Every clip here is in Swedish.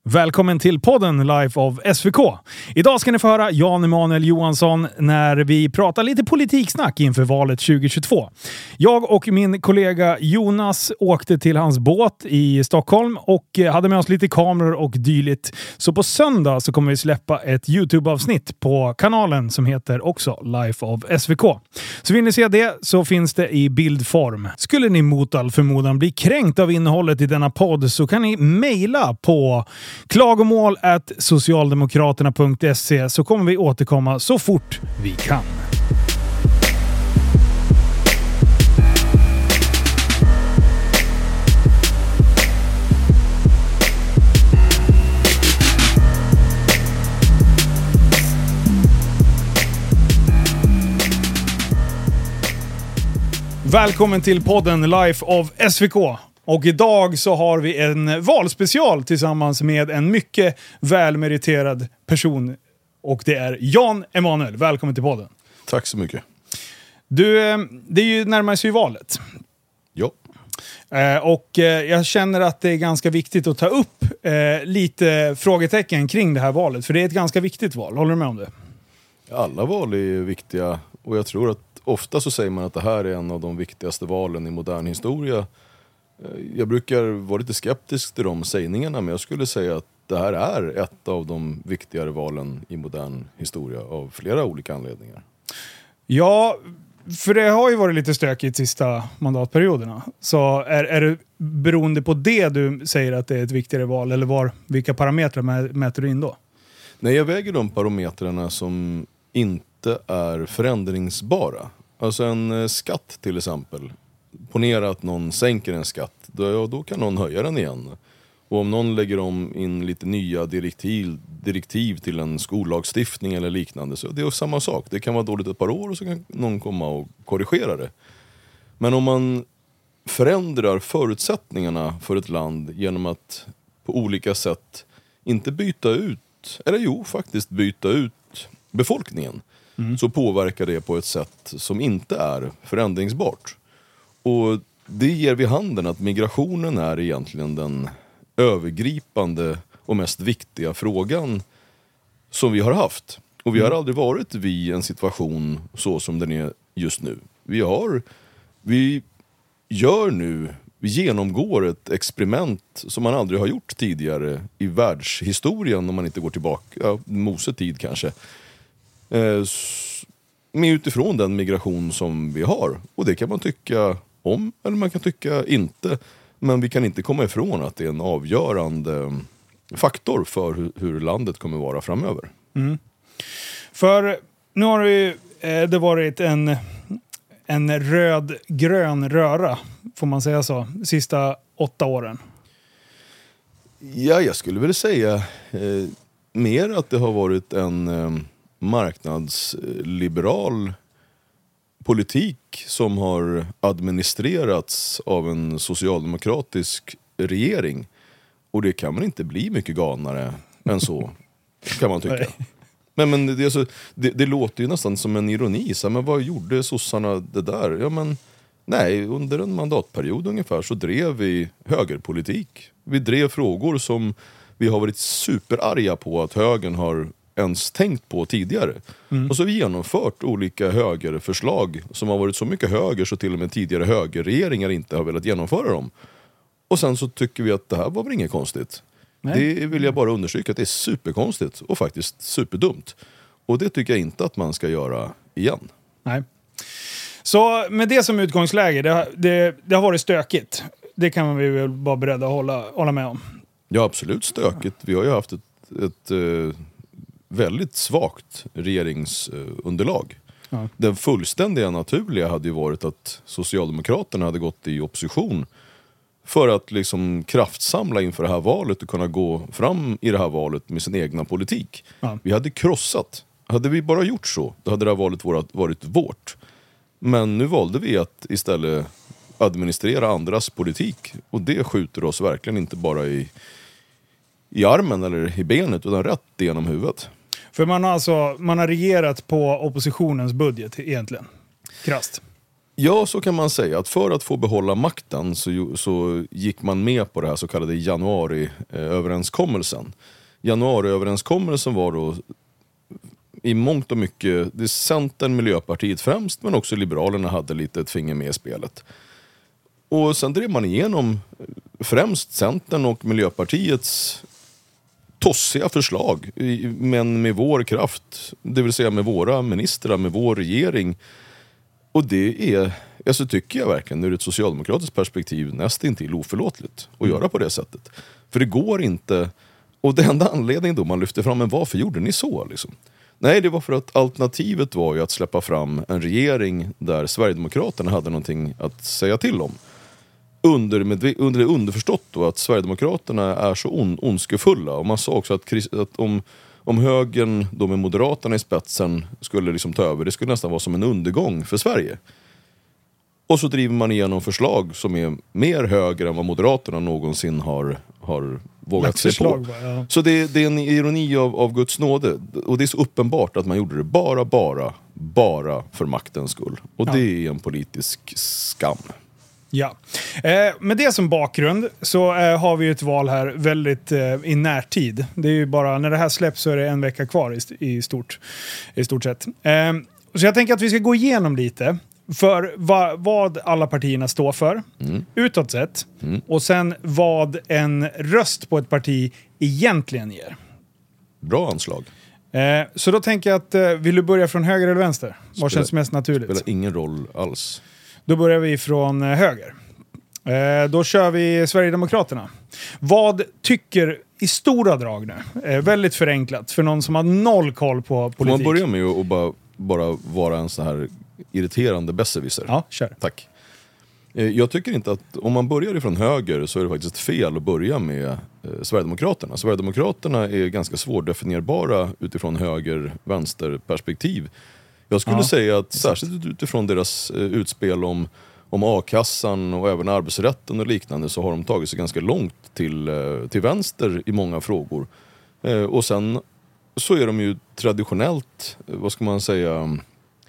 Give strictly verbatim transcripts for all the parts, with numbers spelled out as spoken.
Välkommen till podden Life of S V K. Idag ska ni få höra Jan Emanuel Johansson när vi pratar lite politiksnack inför valet tjugo tjugotvå. Jag och min kollega Jonas åkte till hans båt i Stockholm och hade med oss lite kameror och dylikt. Så på söndag så kommer vi släppa ett YouTube-avsnitt på kanalen som heter också Life of S V K. Så vill ni se det så finns det i bildform. Skulle ni mot all förmodan bli kränkt av innehållet i denna podd så kan ni mejla på klagomål at socialdemokraterna punkt se så kommer vi återkomma så fort vi kan. Välkommen till podden Life of S V K. Och idag så har vi en valspecial tillsammans med en mycket välmeriterad person. Och det är Jan Emanuel. Välkommen till podden. Tack så mycket. Du, det är ju närmare sig valet. Ja. Och jag känner att det är ganska viktigt att ta upp lite frågetecken kring det här valet. För det är ett ganska viktigt val. Håller du med om det? Alla val är viktiga. Och jag tror att ofta så säger man att det här är en av de viktigaste valen i modern historia. Jag brukar vara lite skeptisk till de sägningarna, men jag skulle säga att det här är ett av de viktigare valen i modern historia av flera olika anledningar. Ja, för det har ju varit lite stökigt sista mandatperioderna. Så är, är det beroende på det du säger att det är ett viktigare val, eller var, vilka parametrar mäter du in då? Nej, jag väger de parametrarna som inte är förändringsbara. Alltså en skatt till exempel. Ponera att någon sänker en skatt, då, då kan någon höja den igen. Och om någon lägger om in lite nya direktiv, direktiv till en skollagstiftning eller liknande, så det är samma sak. Det kan vara dåligt ett par år och så kan någon komma och korrigera det. Men om man förändrar förutsättningarna för ett land genom att på olika sätt inte byta ut, eller jo faktiskt byta ut befolkningen, mm. så påverkar det på ett sätt som inte är förändringsbart. Och det ger vid handen att migrationen är egentligen den övergripande och mest viktiga frågan som vi har haft. Och vi har aldrig varit vid en situation så som den är just nu. Vi har, vi gör nu, vi genomgår ett experiment som man aldrig har gjort tidigare i världshistorien, om man inte går tillbaka, ja, Mosetid kanske. Eh, med utifrån den migration som vi har. Och det kan man tycka om, eller man kan tycka inte. Men vi kan inte komma ifrån att det är en avgörande faktor för hur, hur landet kommer vara framöver. Mm. För nu har det, ju, eh, det varit en, en röd-grön röra, får man säga så, sista åtta åren. Ja, jag skulle väl säga eh, mer att det har varit en eh, marknadsliberal politik som har administrerats av en socialdemokratisk regering. Och det kan man inte bli mycket galnare än så, kan man tycka. Men, men det, alltså, det, det låter ju nästan som en ironi. Så, men vad gjorde sossarna det där? Ja, men, nej, under en mandatperiod ungefär så drev vi högerpolitik. Vi drev frågor som vi har varit superarga på att högern har ens tänkt på tidigare. Mm. Och så har vi genomfört olika högerförslag som har varit så mycket höger så till och med tidigare högerregeringar inte har velat genomföra dem. Och sen så tycker vi att det här var väl inget konstigt. Nej. Det vill jag bara understryka att det är superkonstigt och faktiskt superdumt. Och det tycker jag inte att man ska göra igen. Nej. Så med det som utgångsläge, det, det, det har varit stökigt. Det kan vi väl vara beredda att hålla, hålla med om. Ja, absolut stökigt. Vi har ju haft ett, ett, ett väldigt svagt regeringsunderlag. Ja. Den fullständiga naturliga hade ju varit att Socialdemokraterna hade gått i opposition för att liksom kraftsamla inför det här valet och kunna gå fram i det här valet med sin egna politik. Ja. Vi hade krossat. Hade vi bara gjort så, då hade det här valet varit, varit vårt. Men nu valde vi att istället administrera andras politik. Och det skjuter oss verkligen inte bara i, i armen eller i benet, utan rätt genom huvudet. För man har alltså man har regerat på oppositionens budget egentligen. Krasst. Ja, så kan man säga. Att för att få behålla makten så, så gick man med på det här så kallade januariöverenskommelsen. Januariöverenskommelsen var då i mångt och mycket, det är Centern, Miljöpartiet främst, men också Liberalerna hade lite ett finger med i spelet. Och sen drev man igenom främst Centern och Miljöpartiets tossiga förslag, men med vår kraft, det vill säga med våra ministrar, med vår regering. Och det är, alltså tycker jag verkligen ur ett socialdemokratiskt perspektiv nästintill oförlåtligt att göra på det sättet. För det går inte, och det enda anledningen då man lyfter fram, men varför gjorde ni så liksom? Nej, det var för att alternativet var ju att släppa fram en regering där Sverigedemokraterna hade någonting att säga till om. Under, med, under det underförstått då att Sverigedemokraterna är så on, ondskefulla. Och man sa också att, att om, om högern då med Moderaterna i spetsen skulle liksom ta över, det skulle nästan vara som en undergång för Sverige. Och så driver man igenom förslag som är mer höger än vad Moderaterna någonsin har, har vågat sig på. Ja. Så det, det är en ironi av, av Guds nåde. Och det är så uppenbart att man gjorde det bara, bara, bara för maktens skull. Och ja. Det är en politisk skam. Ja, eh, med det som bakgrund så eh, har vi ju ett val här väldigt eh, i närtid. Det är ju bara, när det här släpps så är det en vecka kvar i, i, stort, i stort sett. Eh, så jag tänker att vi ska gå igenom lite för va, vad alla partierna står för, mm. utåt sett, mm. och sen vad en röst på ett parti egentligen ger. Bra anslag. Eh, så då tänker jag att, eh, vill du börja från höger eller vänster? Vad känns mest naturligt? Det spelar ingen roll alls. Då börjar vi från höger. Eh, då kör vi Sverigedemokraterna. Vad tycker i stora drag nu? Eh, väldigt förenklat för någon som har noll koll på politik. Får man börja med att bara, bara vara en så här irriterande besserwisser? Ja, kör. Tack. Eh, jag tycker inte att om man börjar ifrån höger så är det faktiskt fel att börja med eh, Sverigedemokraterna. Sverigedemokraterna är ganska svårdefinierbara utifrån höger-vänster-perspektiv. Jag skulle ja, säga att särskilt utifrån deras eh, utspel om, om a-kassan och även arbetsrätten och liknande så har de tagit sig ganska långt till, eh, till vänster i många frågor. Eh, och sen så är de ju traditionellt, eh, vad ska man säga,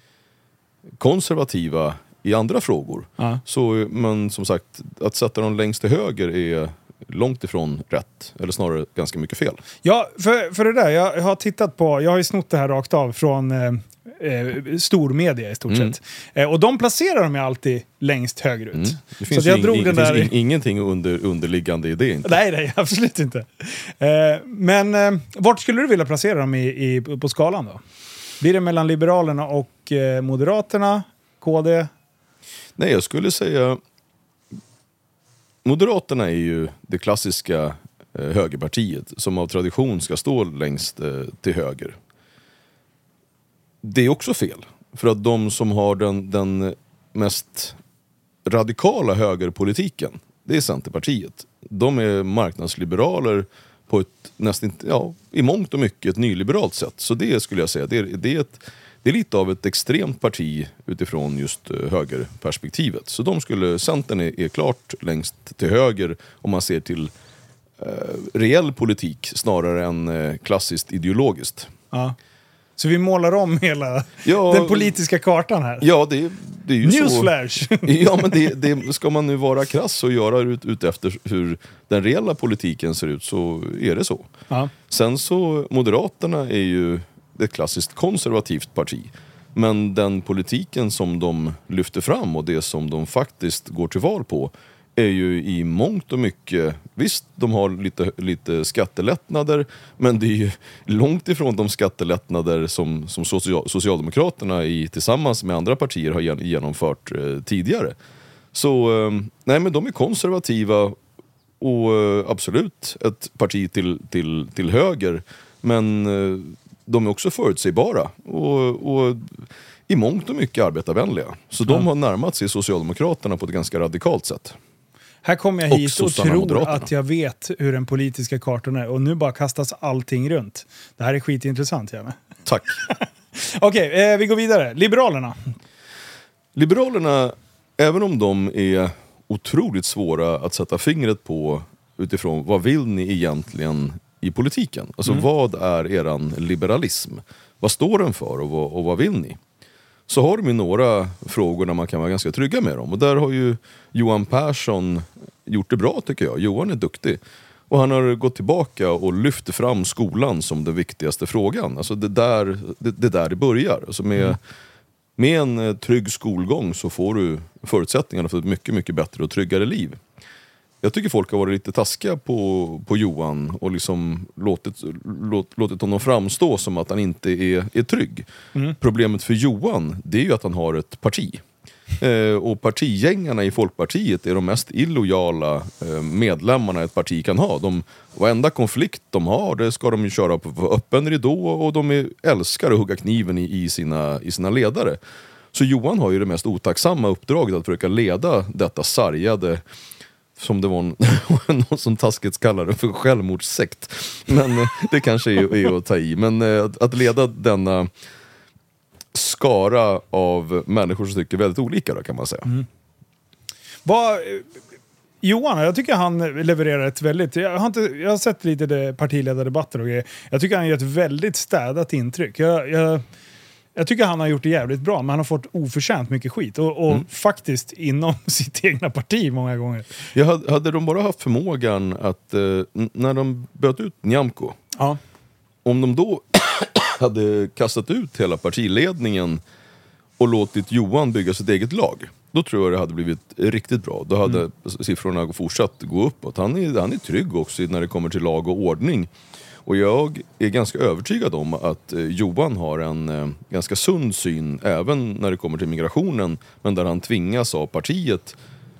konservativa i andra frågor. Ja. Så, men som sagt, att sätta dem längst till höger är långt ifrån rätt, eller snarare ganska mycket fel. Ja, för, för det där, jag har tittat på, jag har ju snott det här rakt av från eh, eh, stor media i stort mm. sett. Eh, och de placerar dem ju alltid längst högerut. Mm. Det finns, så jag in, drog in, den där... finns in, ingenting under, underliggande i det inte. Nej, nej, absolut inte. Eh, men eh, vart skulle du vilja placera dem i, i, på skalan då? Blir det mellan Liberalerna och eh, Moderaterna, K D? Nej, jag skulle säga Moderaterna är ju det klassiska eh, högerpartiet som av tradition ska stå längst eh, till höger. Det är också fel. För att de som har den, den mest radikala högerpolitiken, det är Centerpartiet. De är marknadsliberaler på ett nästan, ja, i mångt och mycket ett nyliberalt sätt. Så det skulle jag säga, det är, det är, ett, det är lite av ett extremt parti utifrån just högerperspektivet. Så de skulle, Centern är, är klart längst till höger om man ser till eh, reell politik snarare än eh, klassiskt ideologiskt. Ja. Så vi målar om hela ja, den politiska kartan här. Ja, det, det är ju Newsflash. Så. Ja, men det, det ska man nu vara krass och göra ut, ut efter hur den reella politiken ser ut, så är det så. Ja. Sen så, Moderaterna är ju ett klassiskt konservativt parti. Men den politiken som de lyfter fram och det som de faktiskt går till val på är ju i mångt och mycket, visst de har lite, lite skattelättnader, men det är ju långt ifrån de skattelättnader som, som social, Socialdemokraterna i, tillsammans med andra partier har genomfört eh, tidigare. Så eh, nej, men de är konservativa och eh, absolut ett parti till, till, till höger, men eh, de är också förutsägbara och, och i mångt och mycket arbetarvänliga. Så de har närmat sig Socialdemokraterna på ett ganska radikalt sätt. Här kommer jag hit och, och tror att jag vet hur den politiska kartan är. Och nu bara kastas allting runt. Det här är skitintressant, Janne. Tack. Okej, okay, eh, vi går vidare. Liberalerna. Liberalerna, även om de är otroligt svåra att sätta fingret på utifrån vad vill ni egentligen i politiken? Alltså mm. vad är eran liberalism? Vad står den för och vad, och vad vill ni? så har de ju några frågor där man kan vara ganska trygga med dem. Och där har ju Johan Persson gjort det bra, tycker jag. Johan är duktig. Och han har gått tillbaka och lyft fram skolan som den viktigaste frågan. Alltså det där det, det där det börjar. Alltså med, mm. med en trygg skolgång så får du förutsättningarna för ett mycket, mycket bättre och tryggare liv. Jag tycker folk har varit lite taskiga på, på Johan och liksom låtit, låt, låtit honom framstå som att han inte är, är trygg. Mm. Problemet för Johan, det är ju att han har ett parti. Eh, och partigängarna i Folkpartiet är de mest illojala eh, medlemmarna ett parti kan ha. De, varenda konflikt de har, det ska de ju köra på, på öppen ridå, och de är, älskar att hugga kniven i, i, sina, i sina ledare. Så Johan har ju det mest otacksamma uppdraget att försöka leda detta sargade, som det var en, någon som taskigt kallade för självmordssekt. Men eh, det kanske är, är att ta i. Men eh, att, att leda denna skara av människor som tycker väldigt olika då, kan man säga. Mm. Vad, Johan, jag tycker han levererar ett väldigt... Jag har, inte, jag har sett lite det partiledardebatter och grejer. Jag tycker han gör ett väldigt städat intryck. Jag, jag, jag tycker han har gjort det jävligt bra, men han har fått oförtjänt mycket skit. Och, och mm. faktiskt inom sitt egna parti många gånger. Jag hade, hade de bara haft förmågan att eh, när de böt ut Nyamko, ja. om de då hade kastat ut hela partiledningen och låtit Johan bygga sitt eget lag, då tror jag det hade blivit riktigt bra. Då hade mm. siffrorna fortsatt gå uppåt. Han är, han är trygg också när det kommer till lag och ordning. Och jag är ganska övertygad om att Johan har en eh, ganska sund syn även när det kommer till migrationen, men där han tvingas av partiet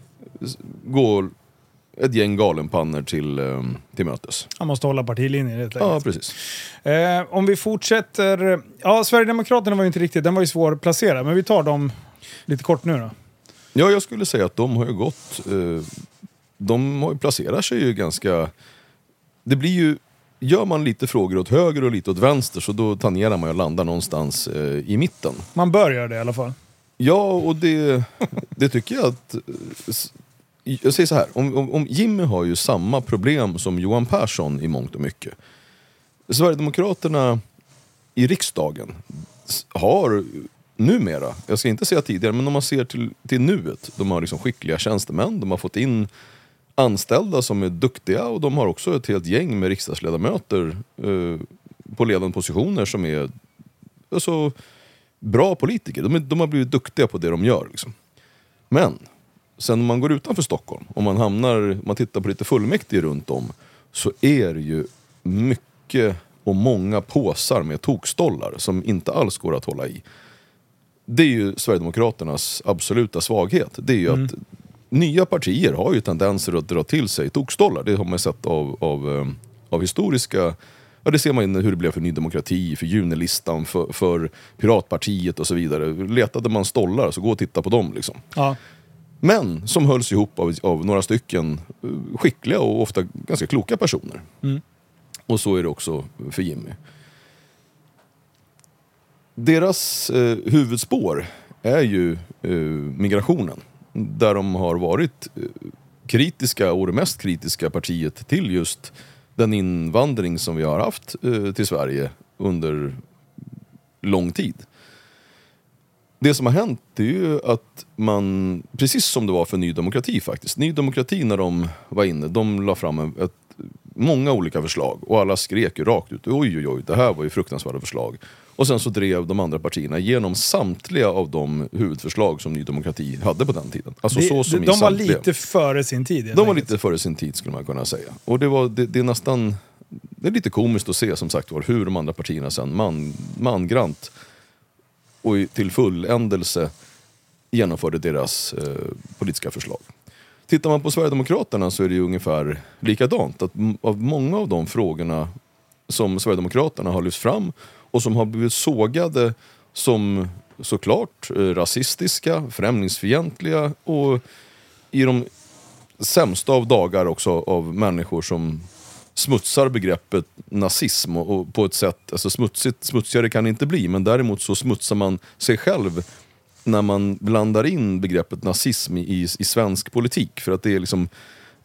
gå ett gäng galenpannor till, eh, till mötes. Han måste hålla partilinjen rätt läget. Ja, precis. Eh, om vi fortsätter... Ja, Sverigedemokraterna var ju inte riktigt... Den var ju svår att placera, men vi tar dem lite kort nu då. Ja, jag skulle säga att de har ju gått... Eh, de har ju placerat sig ju ganska... Det blir ju... Gör man lite frågor åt höger och lite åt vänster, så då tangerar man och landar någonstans eh, i mitten. Man bör göra det i alla fall. Ja, och det, det tycker jag att... Jag säger så här, om, om, om Jimmy har ju samma problem som Johan Persson i mångt och mycket. Sverigedemokraterna i riksdagen har numera, jag ska inte säga tidigare, men om man ser till, till nuet, de har liksom skickliga tjänstemän, de har fått in anställda som är duktiga, och de har också ett helt gäng med riksdagsledamöter eh, på ledande positioner som är alltså, bra politiker. De, är, de har blivit duktiga på det de gör liksom. Men sen om man går utanför Stockholm och man hamnar, man tittar på lite fullmäktige runt om, så är det ju mycket och många påsar med tokstollar som inte alls går att hålla i. Det är ju Sverigedemokraternas absoluta svaghet. Det är ju mm. att nya partier har ju tendenser att dra till sig tokstollar. Det har man sett av, av, av historiska... Ja, det ser man hur det blev för Ny Demokrati, för Junilistan, för, för Piratpartiet och så vidare. Letade man stollar, så gå och titta på dem liksom. Ja. Men som hölls ihop av, av några stycken skickliga och ofta ganska kloka personer. Mm. Och så är det också för Jimmy. Deras eh, huvudspår är ju eh, migrationen. Där de har varit eh, kritiska, och det mest kritiska partiet till just den invandring som vi har haft eh, till Sverige under lång tid. Det som har hänt är ju att man, precis som det var för Ny Demokrati faktiskt, Ny Demokrati när de var inne, de la fram ett, många olika förslag och alla skrek ju rakt ut, oj oj oj, det här var ju fruktansvärda förslag. Och sen så drev de andra partierna genom samtliga av de huvudförslag som Ny Demokrati hade på den tiden. Alltså det, så som de i var samtliga. lite före sin tid. De var lite före sin tid skulle man kunna säga. Och det, var, det, det är nästan, det är lite komiskt att se som sagt var hur de andra partierna sen man, mangrant och till fulländelse genomförde deras eh, politiska förslag. Tittar man på Sverigedemokraterna så är det ju ungefär likadant. Att av många av de frågorna som Sverigedemokraterna har lyft fram och som har blivit sågade som såklart eh, rasistiska, främlingsfientliga och i de sämsta av dagar också av människor som smutsar begreppet nazism och, och på ett sätt, alltså smutsigt, smutsigare kan det inte bli, men däremot så smutsar man sig själv när man blandar in begreppet nazism i, i svensk politik, för att det är liksom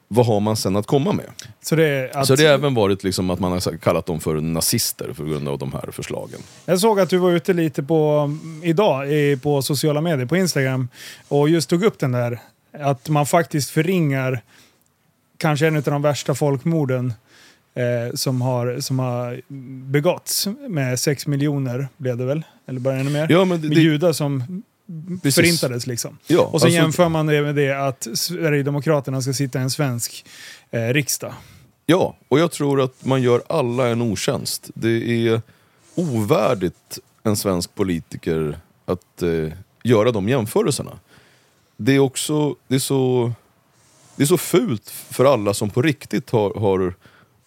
vad har man sen att komma med? Så det, är att... Så det har även varit liksom att man har kallat dem för nazister för grund av de här förslagen. Jag såg att du var ute lite på idag i, på sociala medier, på Instagram, och just tog upp den där att man faktiskt förringar kanske en av de värsta folkmorden eh, som, har, som har begåtts med sex miljoner blev det väl? Eller bara ännu mer? Ja, men det, med det... judar som Precis. förintades liksom. Ja, och så alltså... jämför man det med det att Sverigedemokraterna ska sitta i en svensk eh, riksdag. Ja, och jag tror att man gör alla en otjänst. Det är ovärdigt en svensk politiker att eh, göra de jämförelserna. Det är också det är så, det är så fult för alla som på riktigt har, har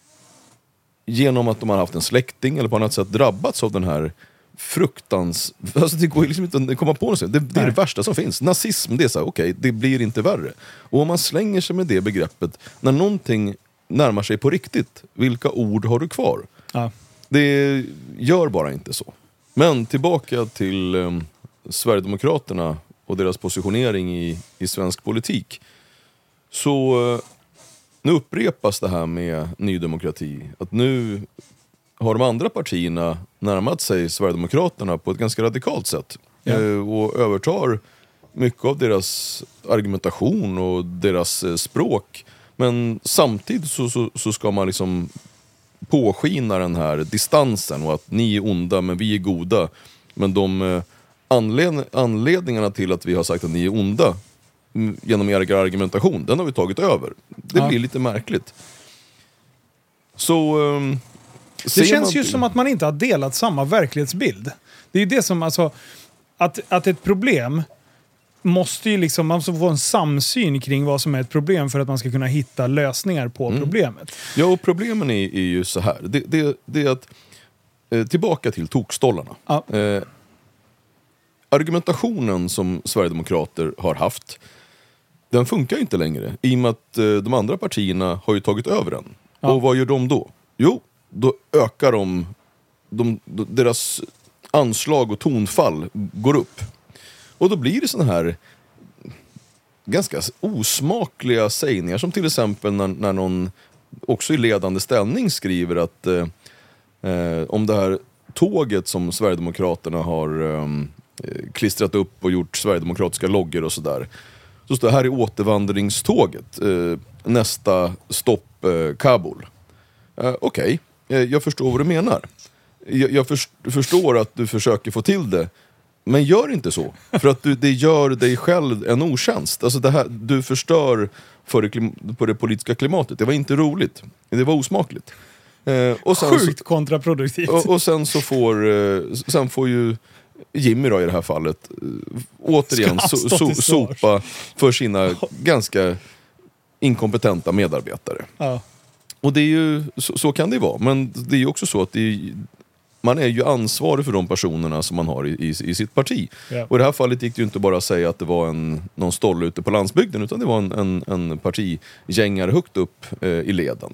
genom att de har haft en släkting eller på annat sätt drabbats av den här fruktans... Alltså det går liksom inte att komma på något. Det, det är det värsta som finns. Nazism, det är så här, okej, okay, det blir inte värre. Och om man slänger sig med det begreppet, när någonting närmar sig på riktigt, vilka ord har du kvar? Ja. Det gör bara inte så. Men tillbaka till eh, Sverigedemokraterna och deras positionering i, i svensk politik. Så eh, nu upprepas det här med Ny Demokrati. Att nu har de andra partierna närmat sig Sverigedemokraterna på ett ganska radikalt sätt. Ja. Eh, och övertar mycket av deras argumentation och deras eh, språk. Men samtidigt så, så, så ska man liksom påskina den här distansen och att ni är onda men vi är goda. Men de eh, anled- anledningarna till att vi har sagt att ni är onda m- genom er argumentation, den har vi tagit över. Det Ja. blir lite märkligt. Så... Eh, det känns ju som att man inte har delat samma verklighetsbild. Det är ju det som, alltså, att, att ett problem måste ju liksom, man måste få en samsyn kring vad som är ett problem för att man ska kunna hitta lösningar på mm. problemet. Ja, och problemen är, är ju så här. Det, det, det är att, eh, tillbaka till tokstollarna. Ja. Eh, argumentationen som Sverigedemokrater har haft, den funkar ju inte längre. I och med att eh, de andra partierna har ju tagit över den. Ja. Och vad gör de då? Jo, då ökar de, de, de deras anslag och tonfall går upp. Och då blir det såna här ganska osmakliga sägningar, som till exempel när, när någon också i ledande ställning skriver att eh, om det här tåget som Sverigedemokraterna har eh, klistrat upp och gjort sverigedemokratiska loggor och sådär. Så står det här i återvandringståget. Eh, nästa stopp eh, Kabul. Eh, Okej, okay. jag förstår vad du menar. Jag, jag först, förstår att du försöker få till det. Men gör inte så. För att du, det gör dig själv en otjänst. Alltså det här, du förstör för det, klim, på det politiska klimatet. Det var inte roligt. Det var osmakligt. Eh, och sen Sjukt så, kontraproduktivt. Och, och sen så får, eh, sen får ju Jimmy då i det här fallet eh, återigen so, so, sopa för sina ganska inkompetenta medarbetare. Ja. Och det är ju, så, så kan det vara. Men det är ju också så att det är, man är ju ansvarig för de personerna som man har i, i, i sitt parti. Yeah. Och i det här fallet gick det ju inte bara att säga att det var en, någon stolle ute på landsbygden, utan det var en, en, en partigängare högt upp eh, i leden.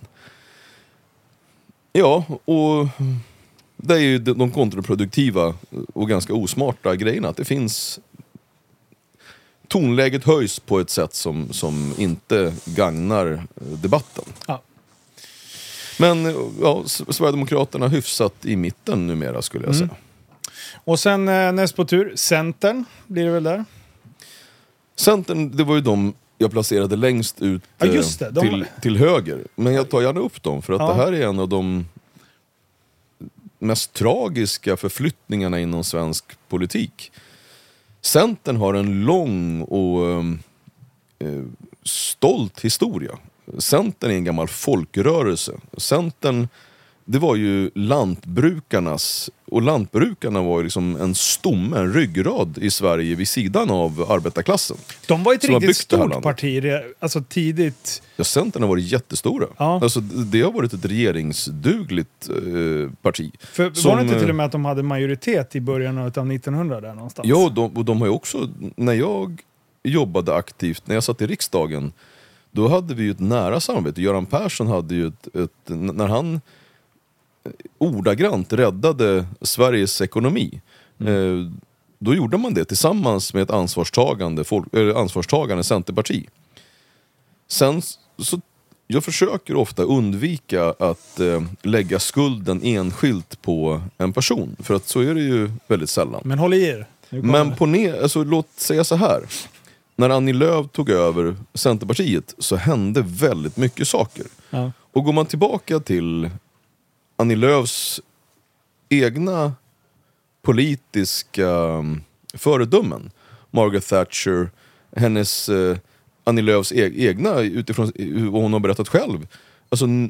Ja, och det är ju de, de kontraproduktiva och ganska osmarta grejerna. Att det finns... Tonläget höjs på ett sätt som, som inte gagnar debatten. Ja. Men ja, Sverigedemokraterna hyfsat i mitten numera, skulle jag säga. Mm. Och sen eh, näst på tur, Centern blir det väl där? Centern, det var ju de jag placerade längst ut ja, just det. De... till, till höger. Men jag tar gärna upp dem, för att ja. det här är en av de mest tragiska förflyttningarna inom svensk politik. Centern har en lång och eh, stolt historia. Centern är en gammal folkrörelse. Centern, det var ju lantbrukarnas, och lantbrukarna var ju liksom en stomme, en ryggrad i Sverige vid sidan av arbetarklassen. De var ett riktigt stort parti, alltså tidigt. Ja, Centern har varit jättestora. Ja. Alltså, det har varit ett regeringsdugligt eh, parti. För som, var det inte till och med att de hade majoritet i början av nittonhundra där någonstans? Ja, de, och de har ju också, när jag jobbade aktivt, när jag satt i riksdagen, då hade vi ju ett nära samarbete. Göran Persson hade ju ett, ett när han ordagrant räddade Sveriges ekonomi. Mm. Eh, då gjorde man det tillsammans med ett ansvarstagande, folk, äh, ansvarstagande Centerparti. Sen så jag försöker ofta undvika att eh, lägga skulden enskilt på en person. För att så är det ju väldigt sällan. Men håll i er. Men på ne- alltså, låt säga så här. När Annie Lööf tog över Centerpartiet så hände väldigt mycket saker. Ja. Och går man tillbaka till Annie Lööfs egna politiska föredömen, Margaret Thatcher, hennes eh, Annie Lööfs e- egna utifrån vad hon har berättat själv, alltså n-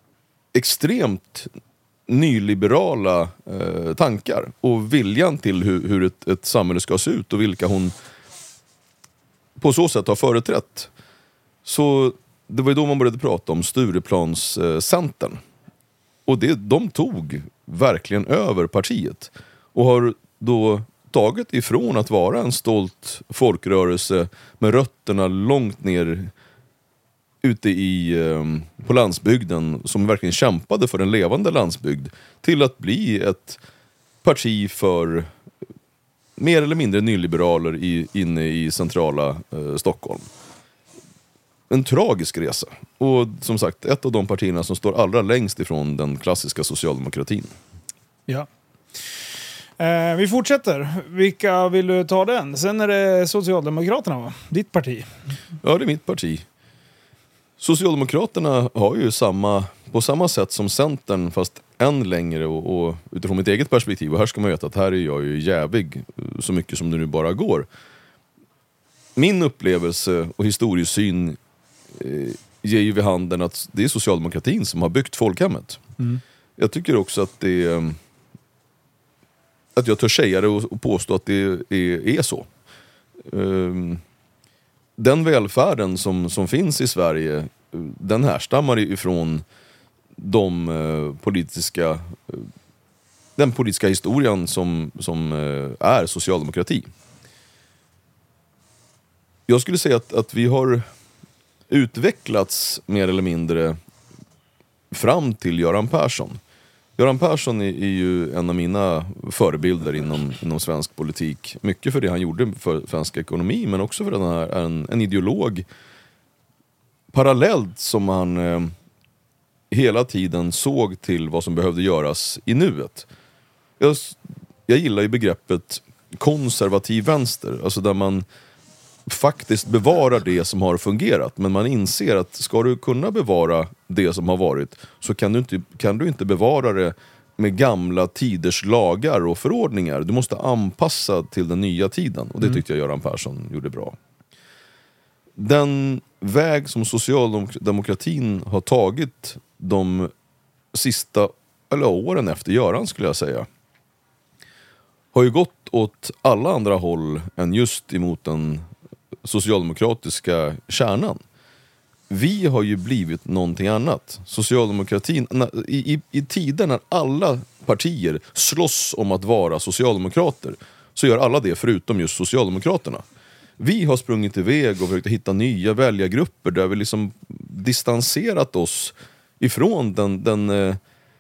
extremt nyliberala eh, tankar och viljan till hur, hur ett, ett samhälle ska se ut och vilka hon på så sätt har företrätt. Så det var ju då man började prata om Stureplanscentern. Eh, och det, de tog verkligen över partiet och har då tagit ifrån att vara en stolt folkrörelse med rötterna långt ner ute i, eh, på landsbygden som verkligen kämpade för en levande landsbygd till att bli ett parti för mer eller mindre nyliberaler i, inne i centrala eh, Stockholm. En tragisk resa. Och som sagt, ett av de partierna som står allra längst ifrån den klassiska socialdemokratin. Ja. Eh, vi fortsätter. Vilka vill du ta den? Sen är det Socialdemokraterna, va? Ditt parti. Ja, det är mitt parti. Socialdemokraterna har ju samma, på samma sätt som Centern, fast än längre och, och utifrån mitt eget perspektiv. Och här ska man veta att här är jag ju jävig så mycket som det nu bara går. Min upplevelse och historiesyn eh, ger ju vid handen att det är socialdemokratin som har byggt folkhemmet. Mm. Jag tycker också att det är, att jag törs säga det och, och påstå att det är, är så. Um, den välfärden som, som finns i Sverige, den härstammar ifrån de uh, politiska uh, den politiska historien som, som uh, är socialdemokrati. Jag skulle säga att, att vi har utvecklats mer eller mindre fram till Göran Persson. Göran Persson är, är ju en av mina förebilder inom, inom svensk politik. Mycket för det han gjorde för svensk ekonomi, men också för att han är en, en ideolog parallellt som han eh, hela tiden såg till vad som behövde göras i nuet. Jag, jag gillar ju begreppet konservativ vänster, alltså där man faktiskt bevarar det som har fungerat, men man inser att ska du kunna bevara det som har varit så kan du inte, kan du inte bevara det med gamla tiders lagar och förordningar. Du måste anpassa till den nya tiden, och det tyckte jag Göran Persson gjorde bra. Den väg som socialdemokratin har tagit de sista eller åren efter Göran, skulle jag säga, har ju gått åt alla andra håll än just emot den socialdemokratiska kärnan. Vi har ju blivit någonting annat. Socialdemokratin, i, i, i tider när alla partier slåss om att vara socialdemokrater, så gör alla det förutom just Socialdemokraterna. Vi har sprungit iväg och försökt hitta nya väljargrupper där vi liksom distanserat oss ifrån den, den eh,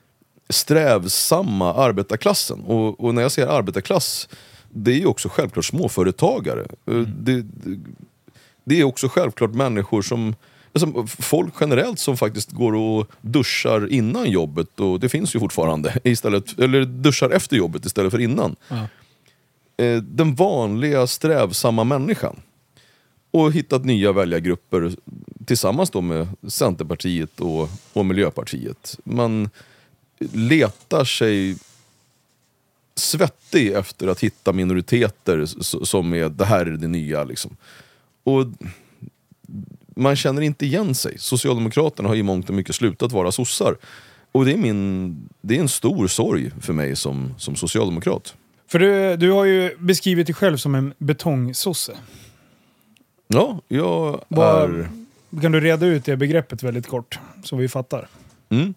strävsamma arbetarklassen. Och, och när jag säger arbetarklass, det är ju också självklart småföretagare. Mm. Det, det, det är också självklart människor som, alltså folk generellt som faktiskt går och duschar innan jobbet, och det finns ju fortfarande, istället, eller duschar efter jobbet istället för innan. Ja. Den vanliga strävsamma människan. Och hittat nya väljargrupper tillsammans då med Centerpartiet och, och Miljöpartiet. Man letar sig svettig efter att hitta minoriteter som är det här är det nya liksom. Och man känner inte igen sig. Socialdemokraterna har i mångt och mycket slutat vara sossar. Och det är, min, det är en stor sorg för mig som, som socialdemokrat. För du, du har ju beskrivit dig själv som en betongsosse. Ja, jag Var, är... Kan du reda ut det begreppet väldigt kort, så vi fattar? Mm.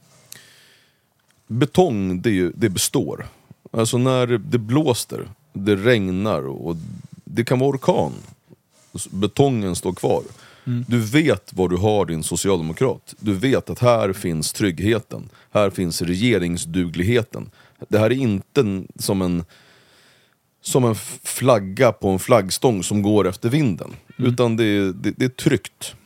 Betong, det, är ju, det består. Alltså när det blåster, det regnar och det kan vara orkan. Betongen står kvar. Mm. Du vet var du har din socialdemokrat. Du vet att här finns tryggheten. Här finns regeringsdugligheten. Det här är inte som en som en flagga på en flaggstång som går efter vinden. Mm. Utan det är, det, det är tryggt.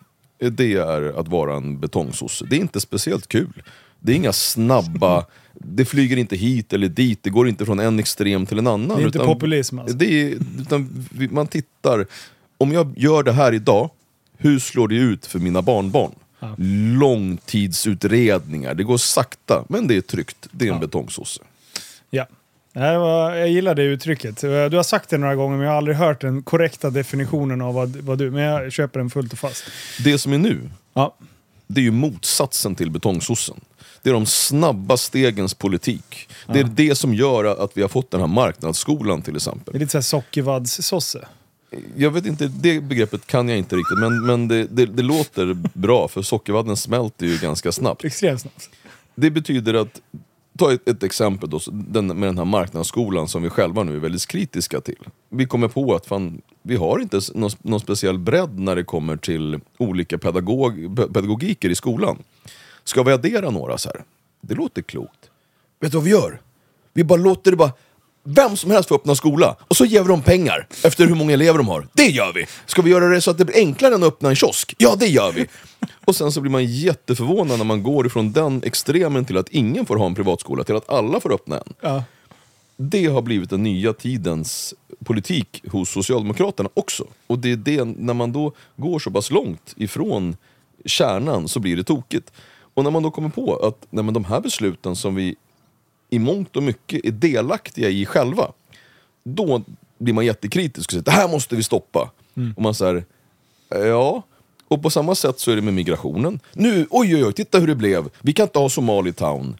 det är att vara en betongsosse. Det är inte speciellt kul. Det är inga snabba, det flyger inte hit eller dit, det går inte från en extrem till en annan. Det är inte utan, populism alltså. det är, utan man tittar, om jag gör det här idag, hur slår det ut för mina barnbarn? Ja. Långtidsutredningar, det går sakta, men det är tryggt. Det är en ja. betongsosse. Ja. Jag gillar det uttrycket. Du har sagt det några gånger, men jag har aldrig hört den korrekta definitionen av vad, vad du... Men jag köper den fullt och fast. Det som är nu, ja. det är ju motsatsen till betongsossen. Det är de snabba stegens politik. Det är ja. det som gör att vi har fått den här marknadsskolan till exempel. Det är lite såhär sockervaddssosse. Jag vet inte, det begreppet kan jag inte riktigt. Men, men det, det, det låter bra, för sockervadden smälter ju ganska snabbt. Extremt snabbt. Det betyder att, ta ett, ett exempel då, den, med den här marknadsskolan som vi själva nu är väldigt kritiska till. Vi kommer på att fan, vi har inte någon, någon speciell bredd när det kommer till olika pedagog, pedagogiker i skolan. Ska vi addera några så här? Det låter klokt. Vet du vad vi gör? Vi bara låter det bara... Vem som helst får öppna skola. Och så ger vi dem pengar efter hur många elever de har. Det gör vi! Ska vi göra det så att det blir enklare än att öppna en kiosk? Ja, det gör vi! Och sen så blir man jätteförvånad när man går ifrån den extremen till att ingen får ha en privatskola, till att alla får öppna en. Ja. Det har blivit den nya tidens politik hos Socialdemokraterna också. Och det är det, när man då går så pass långt ifrån kärnan så blir det tokigt. Och när man då kommer på att nej, men de här besluten som vi i mångt och mycket är delaktiga i själva, då blir man jättekritisk och säger, det här måste vi stoppa. Mm. Och man säger, ja. Och på samma sätt så är det med migrationen. Nu, oj oj oj, titta hur det blev. Vi kan inte ha Somalitown.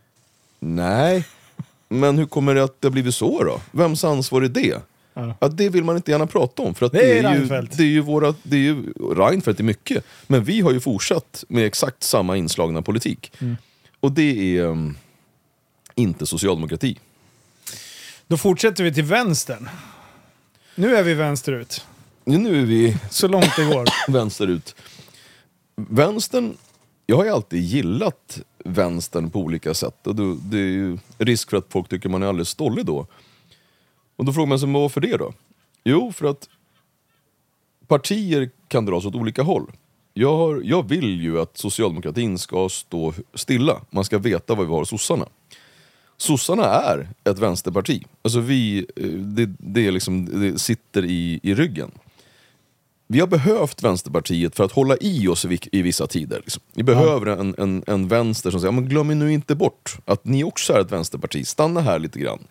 Nej, men hur kommer det att det har blivit så då? Vems ansvar är det? Ja. Att det vill man inte gärna prata om, för att det, det, är är ju, det är ju våra, det är ju Reinfeldt är mycket, men vi har ju fortsatt med exakt samma inslagna politik. Mm. Och det är um, inte socialdemokrati. Då fortsätter vi till vänstern. Nu är vi vänsterut. Nu är vi så långt det går. Vänsterut. Vänstern, jag har ju alltid gillat vänstern på olika sätt, och det, det är ju risk för att folk tycker man är alldeles stollig då. Och då frågar man sig, varför det då? Jo, för att partier kan dras åt olika håll. Jag, har, jag vill ju att socialdemokratin ska stå stilla. Man ska veta vad vi har sossarna. Sossarna är ett vänsterparti. Alltså vi, det, det, är liksom, det sitter i, i ryggen. Vi har behövt Vänsterpartiet för att hålla i oss i, i vissa tider. Liksom. Vi behöver ja. en, en, en vänster som säger, men glöm nu inte bort att ni också är ett vänsterparti. Stanna här lite grann.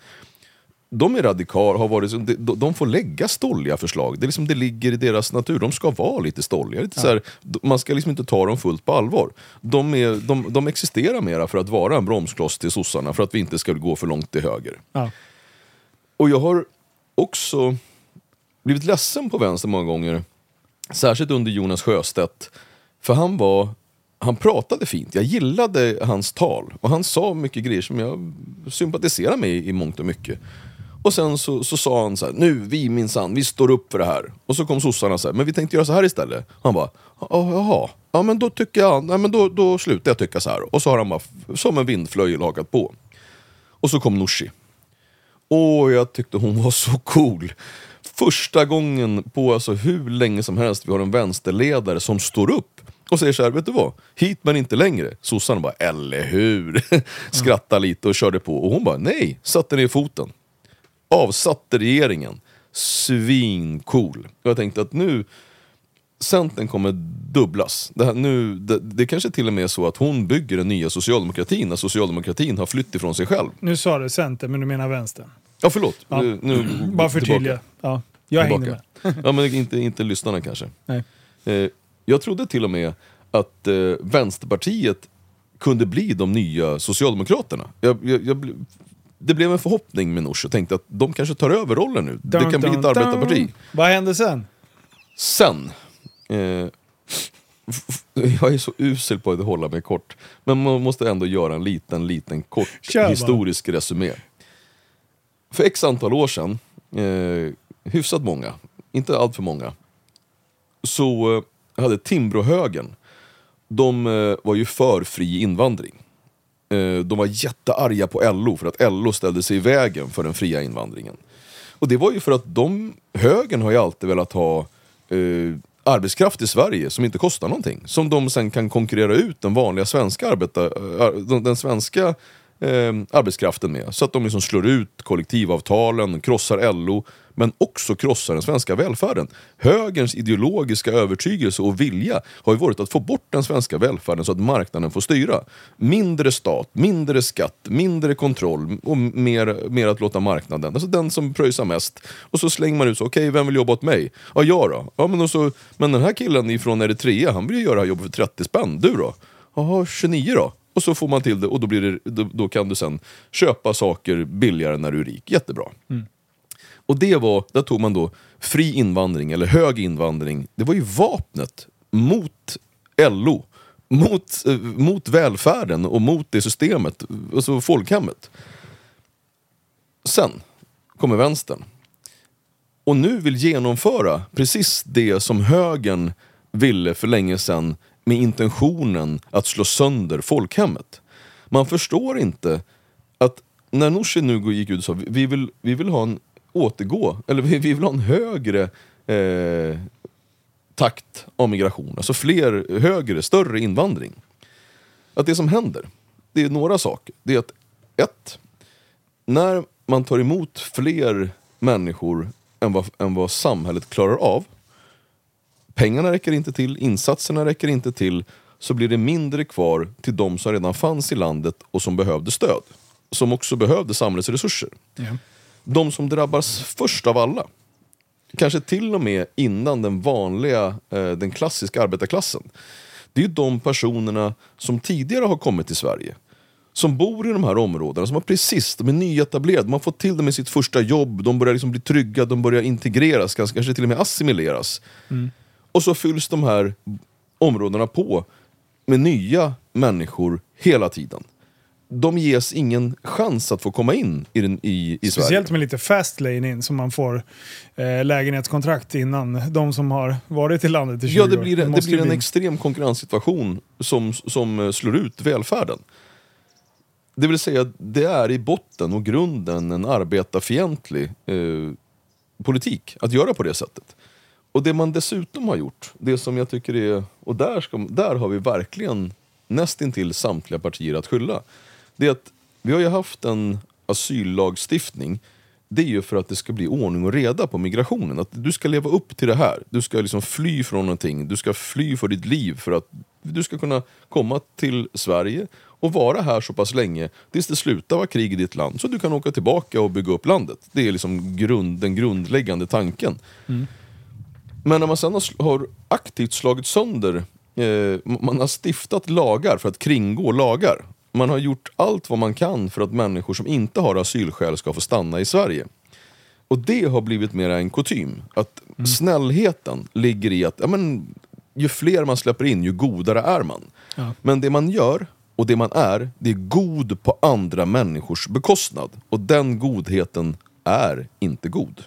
De är radikal, har varit, de, de får lägga stolliga förslag. Det, är liksom, det ligger i deras natur. De ska vara lite stolliga. Lite ja. så här, man ska liksom inte ta dem fullt på allvar. De, är, de, de existerar mera för att vara en bromskloss till sossarna, för att vi inte ska gå för långt till höger. Ja. Och jag har också blivit ledsen på vänster många gånger. Särskilt under Jonas Sjöstedt. För han var... Han pratade fint. Jag gillade hans tal. Och han sa mycket grejer som jag sympatiserar med i, i mångt och mycket. Och sen så, så sa han så här: nu, vi minsann, vi står upp för det här. Och så kom sossarna så här: men vi tänkte göra så här istället. Han bara, jaha, ja men då tycker jag, nej men då, då slutar jag tycka så här. Och så har han bara som en vindflöjel hakat på. Och så kom Nooshi. Och jag tyckte hon var så cool. Första gången på alltså hur länge som helst vi har en vänsterledare som står upp och säger så här, vet du vad? Hit men inte längre. Sossarna bara, eller hur? Skrattade lite och körde på. Och hon bara, nej, satte ner foten. Avsatte regeringen. Svin cool. Och jag tänkte att nu Centern kommer dubblas. Det, här, nu, det, det kanske till och med är så att hon bygger den nya socialdemokratin när socialdemokratin har flytt ifrån sig själv. Nu sa du Centern, men du menar vänstern. Ja, förlåt. Ja. Nu, nu, bara för tydliga. Ja, jag hängde med. Ja, men inte, inte lyssnarna kanske. Nej. Eh, jag trodde till och med att eh, Vänsterpartiet kunde bli de nya Socialdemokraterna. Jag, jag, jag, det blev en förhoppning med Nooshi och tänkte att de kanske tar över rollen nu. Dun, det kan dun, bli ett arbetarparti. Vad hände sen? Sen... Eh, jag är så usel på att hålla mig kort. Men man måste ändå göra en liten, liten kort Kör, historisk resumé. För x antal år sedan, eh, hyfsat många, inte allt för många, så eh, hade Timbrohögern, de eh, var ju för fri invandring. Eh, de var jättearga på L O för att L O ställde sig i vägen för den fria invandringen. Och det var ju för att de, högern har ju alltid velat ha eh, arbetskraft i Sverige som inte kostar någonting. Som de sen kan konkurrera ut den vanliga svenska, arbeta, den svenska eh, arbetskraften med. Så att de liksom slår ut kollektivavtalen, krossar L O, men också krossar den svenska välfärden. Högerns ideologiska övertygelse och vilja har ju varit att få bort den svenska välfärden så att marknaden får styra. Mindre stat, mindre skatt, mindre kontroll och mer, mer att låta marknaden. Alltså den som pröjsar mest. Och så slänger man ut så, okej, okay, vem vill jobba åt mig? Ja, jag då. Ja, men, så, men den här killen ifrån Eritrea, han vill ju göra jobb för trettio spänn. Du då? Jaha, tjugonio då? Och så får man till det och då, blir det, då, då kan du sen köpa saker billigare när du är rik. Jättebra. Mm. Och det var, där tog man då fri invandring eller hög invandring. Det var ju vapnet mot L O, mot, eh, mot välfärden och mot det systemet, alltså folkhemmet. Sen kommer vänstern. Och nu vill genomföra precis det som högern ville för länge sedan med intentionen att slå sönder folkhemmet. Man förstår inte att när Nooshi nu gick ut och sa vi vill, vi vill ha en återgå, eller vi vill ha en högre eh, takt av migration, alltså fler, högre, större invandring. Att det som händer, det är några saker. Det är att ett, när man tar emot fler människor än vad, än vad samhället klarar av, pengarna räcker inte till, insatserna räcker inte till, så blir det mindre kvar till de som redan fanns i landet och som behövde stöd, som också behövde samhällets resurser. Ja. De som drabbas först av alla, kanske till och med innan den vanliga, eh, den klassiska arbetarklassen, det är ju de personerna som tidigare har kommit till Sverige, som bor i de här områdena, som har precis, de är nyetablerade, de har fått till det med sitt första jobb, de börjar liksom bli trygga, de börjar integreras, kanske, kanske till och med assimileras. Mm. Och så fylls de här områdena på med nya människor hela tiden. De ges ingen chans att få komma in i, den, i, i Sverige. Speciellt med lite fast lane in, som man får eh, lägenhetskontrakt innan de som har varit i landet i tjugo år. Ja, det blir, år. det blir en extrem konkurrenssituation som, som slår ut välfärden. Det vill säga, det är i botten och grunden en arbetarfientlig eh, politik att göra på det sättet. Och det man dessutom har gjort, det som jag tycker är, och där, ska, där har vi verkligen nästintill samtliga partier att skylla, det är att vi har ju haft en asyllagstiftning. Det är ju för att det ska bli ordning och reda på migrationen. Att du ska leva upp till det här. Du ska liksom fly från någonting. Du ska fly för ditt liv för att du ska kunna komma till Sverige och vara här så pass länge tills det slutar vara krig i ditt land. Så du kan åka tillbaka och bygga upp landet. Det är liksom grund, den grundläggande tanken. Mm. Men när man sedan har aktivt slagit sönder, eh, man har stiftat lagar för att kringgå lagar. Man har gjort allt vad man kan för att människor som inte har asylskäl ska få stanna i Sverige. Och det har blivit mer en kutym. Att mm. snällheten ligger i att ja, men, ju fler man släpper in, ju godare är man. Ja. Men det man gör och det man är, det är god på andra människors bekostnad. Och den godheten är inte god.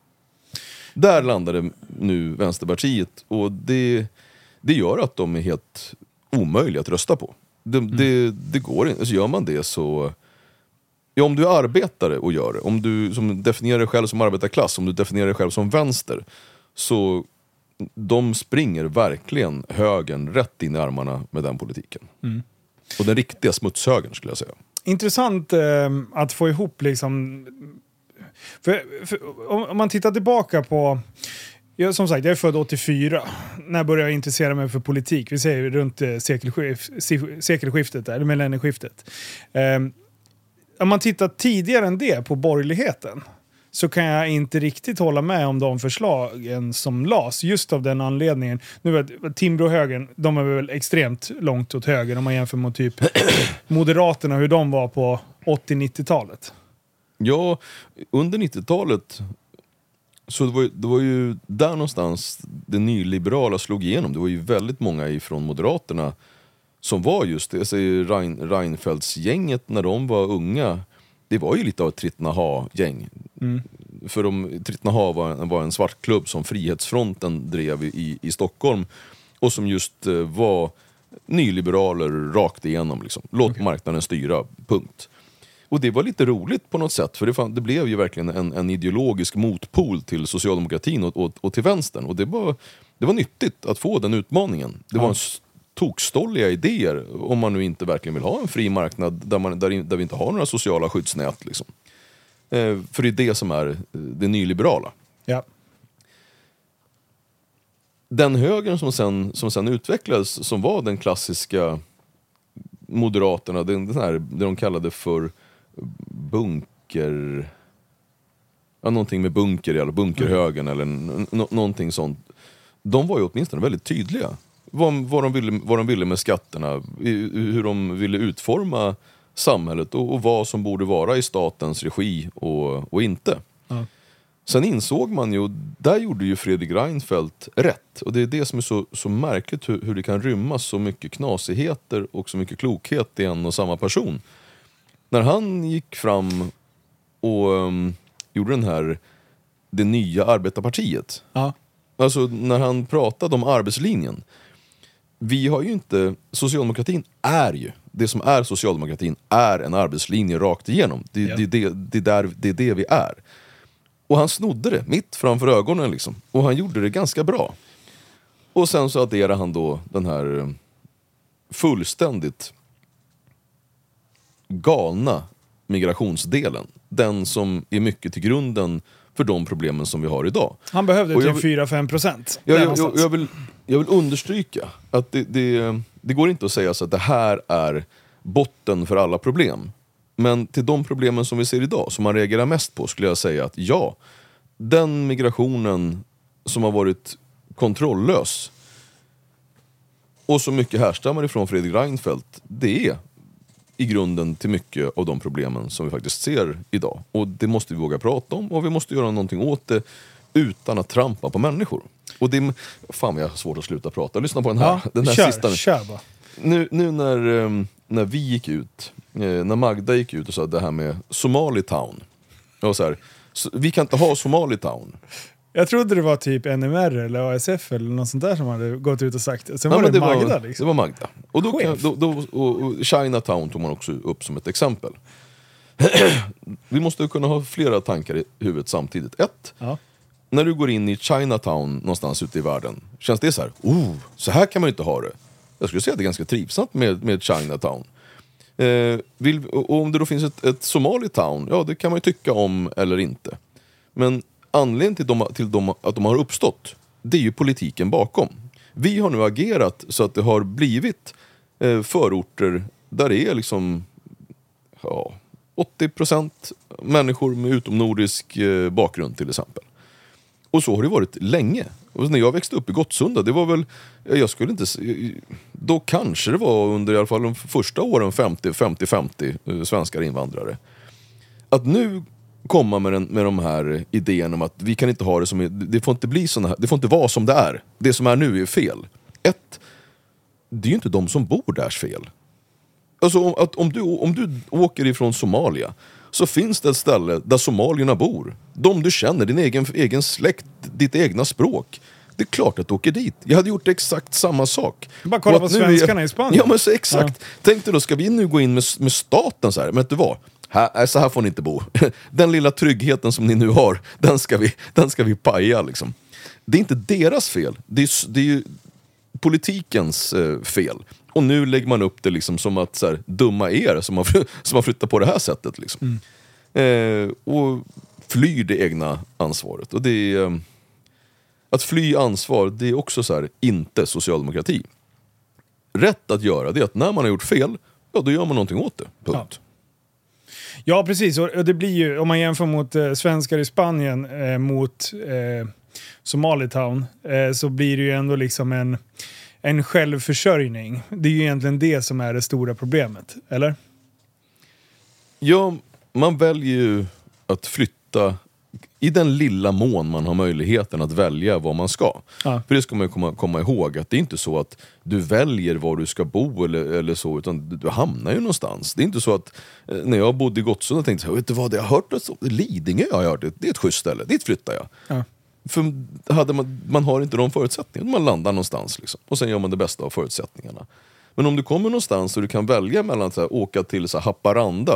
Där landade nu Vänsterpartiet, och det, det gör att de är helt omöjliga att rösta på. Det, mm. det, det går inte. Alltså gör man det så... Ja, om du är arbetare och gör det, om du som definierar dig själv som arbetarklass, om du definierar dig själv som vänster, så de springer verkligen högern rätt in i armarna med den politiken. Mm. Och den riktiga smutshögern, skulle jag säga. Intressant eh, att få ihop liksom... För, för, om man tittar tillbaka på... Jag, som sagt, jag är född åttiofyra. När började jag intressera mig för politik? Vi säger runt eh, sekelskift, sekelskiftet, eller millennieskiftet. Eh, om man tittar tidigare än det på borgerligheten, så kan jag inte riktigt hålla med om de förslagen som las. Just av den anledningen. Nu vet Timbro-högern, de är väl extremt långt åt höger om man jämför med typ Moderaterna, hur de var på åttio-nittiotalet. Ja, under nittiotalet så det var, det var ju där någonstans det nyliberala slog igenom. Det var ju väldigt många ifrån Moderaterna som var just det. Jag säger Rein, Reinfeldtsgänget när de var unga. Det var ju lite av ett Trittnaha-gäng. Mm. För de, Trittnaha var, var en svart klubb som Frihetsfronten drev i, i Stockholm. Och som just eh, var nyliberaler rakt igenom. Liksom. Låt okay. marknaden styra, punkt. Och det var lite roligt på något sätt, för det, fan, det blev ju verkligen en, en ideologisk motpol till socialdemokratin och, och, och till vänstern. Och det var, det var nyttigt att få den utmaningen. Det Ja. var en tokstolliga idéer om man nu inte verkligen vill ha en fri marknad där, man, där, där vi inte har några sociala skyddsnät. Liksom. Eh, för det är det som är det nyliberala. Ja. Den högern som sen, som sen utvecklades, som var den klassiska Moderaterna, den, den här, det de kallade för bunker... Ja, någonting med bunker eller bunkerhögern eller n- n- någonting sånt. De var ju åtminstone väldigt tydliga. Vad, vad, de ville, vad de ville med skatterna, hur de ville utforma samhället och, och vad som borde vara i statens regi och, och inte. Ja. Sen insåg man ju, där gjorde ju Fredrik Reinfeldt rätt. Och det är det som är så, så märkligt, hur, hur det kan rymmas så mycket knasigheter och så mycket klokhet i en och samma person. När han gick fram och um, gjorde den här, det nya arbetarpartiet. Ja. Alltså när han pratade om arbetslinjen. Vi har ju inte, socialdemokratin är ju, det som är socialdemokratin är en arbetslinje rakt igenom. Det, Ja. det, det, det, där, det är det vi är. Och han snodde det mitt framför ögonen liksom. Och han gjorde det ganska bra. Och sen så adderade han då den här fullständigt galna migrationsdelen. Den som är mycket till grunden för de problemen som vi har idag. Han behövde Och jag typ vill- fyra till fem procent. Jag, där jag, jag, någonstans. jag, vill, jag vill understryka att det, det, det går inte att säga så att det här är botten för alla problem. Men till de problemen som vi ser idag, som man reagerar mest på, skulle jag säga att ja, den migrationen som har varit kontrolllös och så mycket härstammar ifrån Fredrik Reinfeldt, det är i grunden till mycket av de problemen som vi faktiskt ser idag. Och det måste vi våga prata om och vi måste göra någonting åt det utan att trampa på människor. Och det är, fan vad jag har svårt att sluta prata. Lyssna på den här, Ja, den här kör, sista nu. kör bara. Nu, nu när, um, när vi gick ut, eh, när Magda gick ut och sa det här med Somalitown. Jag var så här, så, vi kan inte ha Somalitown. Jag trodde det var typ N M R eller A S F eller något sånt där som hade gått ut och sagt. Sen Nej, var men det, det, Magda var, liksom. det var Magda. Och, då kan, Chef. då, då, och, och Chinatown tog man också upp som ett exempel. Vi måste kunna ha flera tankar i huvudet samtidigt. Ett, Ja. när du går in i Chinatown någonstans ute i världen, känns det så här, oh, så här kan man ju inte ha det. Jag skulle säga att det är ganska trivsamt med, med Chinatown. Eh, vill, och om det då finns ett, ett Somalitown, ja det kan man ju tycka om eller inte. Men anledningen till, dem, till dem, att de har uppstått, det är ju politiken bakom. Vi har nu agerat så att det har blivit eh, förorter där det är liksom ja, åttio procent människor med utomnordisk eh, bakgrund till exempel. Och så har det varit länge. Och när jag växte upp i Gottsunda, det var väl, jag skulle inte, då kanske det var under i alla fall de första åren femtio femtio eh, svenskar invandrare. Att nu komma med, den, med de här idéerna om att vi kan inte ha det som, det får inte bli såna här, det får inte vara som det är. Det som är nu är fel. Ett, det är ju inte de som bor därs fel. Alltså om, att om, du, om du åker ifrån Somalia så finns det ett ställe där somalierna bor. De du känner, din egen, egen släkt, ditt egna språk. Det är klart att du åker dit. Jag hade gjort exakt samma sak. Bara kolla Och att på nu är- svenskarna i Spanien. Ja men så exakt. Tänk dig då, ska vi nu gå in med, med staten så här? Men vet du vad? Här, så här får ni inte bo. Den lilla tryggheten som ni nu har, den ska vi, den ska vi paja liksom. Det är inte deras fel. Det är, det är ju politikens eh, fel. Och nu lägger man upp det liksom som att så här, dumma er som har, som har flyttat på det här sättet liksom. Mm. Eh, och flyr det egna ansvaret. Och det är, eh, att fly ansvar, det är också så här, inte socialdemokrati. Rätt att göra det är att när man har gjort fel, ja då gör man någonting åt det. Punkt. Ja. Ja, precis. Och det blir ju, om man jämför mot eh, svenskar i Spanien eh, mot eh, Somalitown, eh, så blir det ju ändå liksom en, en självförsörjning. Det är ju egentligen det som är det stora problemet, eller? Ja, man väljer ju att flytta i den lilla mån man har möjligheten att välja vad man ska. Ja. För det ska man ju komma, komma ihåg, att det är inte så att du väljer var du ska bo eller, eller så, utan du, du hamnar ju någonstans. Det är inte så att eh, när jag bodde i Gottsunda tänkte jag, vet du vad, jag har hört att Lidingö har jag hört, det är ett schysst ställe, dit flyttar jag. Ja. För hade man, man har inte de förutsättningarna, man landar någonstans liksom. Och sen gör man det bästa av förutsättningarna. Men om du kommer någonstans och du kan välja mellan att så här, åka till så här, Haparanda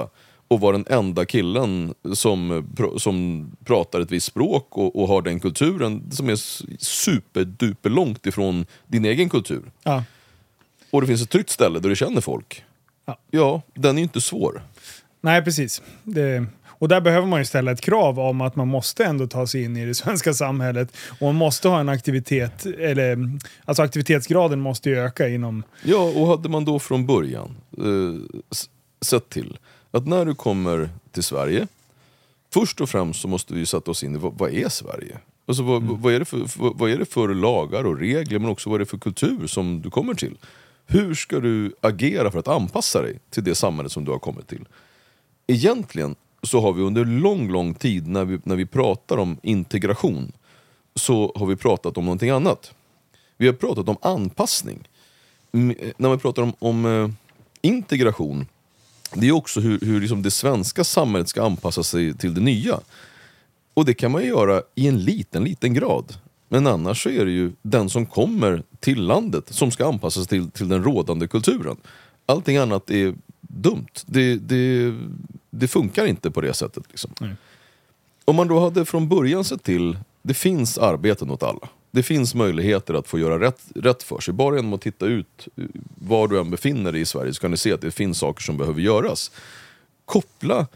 och vara den enda killen som, som pratar ett visst språk och, och har den kulturen som är superduper långt ifrån din egen kultur. Ja. Och det finns ett tryggt ställe där du känner folk. Ja, ja den är ju inte svår. Nej, precis. Det, och där behöver man ju ställa ett krav om att man måste ändå ta sig in i det svenska samhället. Och man måste ha en aktivitet, eller alltså aktivitetsgraden måste ju öka inom... Ja, och hade man då från början eh, sett till att när du kommer till Sverige, först och främst så måste vi sätta oss in i vad, vad är Sverige? Alltså vad, mm. vad, är det för, vad, vad är det för lagar och regler, men också vad är det för kultur som du kommer till? Hur ska du agera för att anpassa dig till det samhället som du har kommit till? Egentligen så har vi under lång, lång tid när vi, när vi pratar om integration, så har vi pratat om någonting annat. Vi har pratat om anpassning. M- när vi pratar om, om eh, integration, det är också hur, hur liksom det svenska samhället ska anpassa sig till det nya. Och det kan man ju göra i en liten, liten grad. Men annars så är det ju den som kommer till landet som ska anpassa sig till, till den rådande kulturen. Allting annat är dumt. Det, det, det funkar inte på det sättet. Liksom. Mm. Om man då hade från början sett till, det finns arbeten åt alla. Det finns möjligheter att få göra rätt, rätt för sig. Bara genom att titta ut var du än befinner dig i Sverige så kan du se att det finns saker som behöver göras. Koppla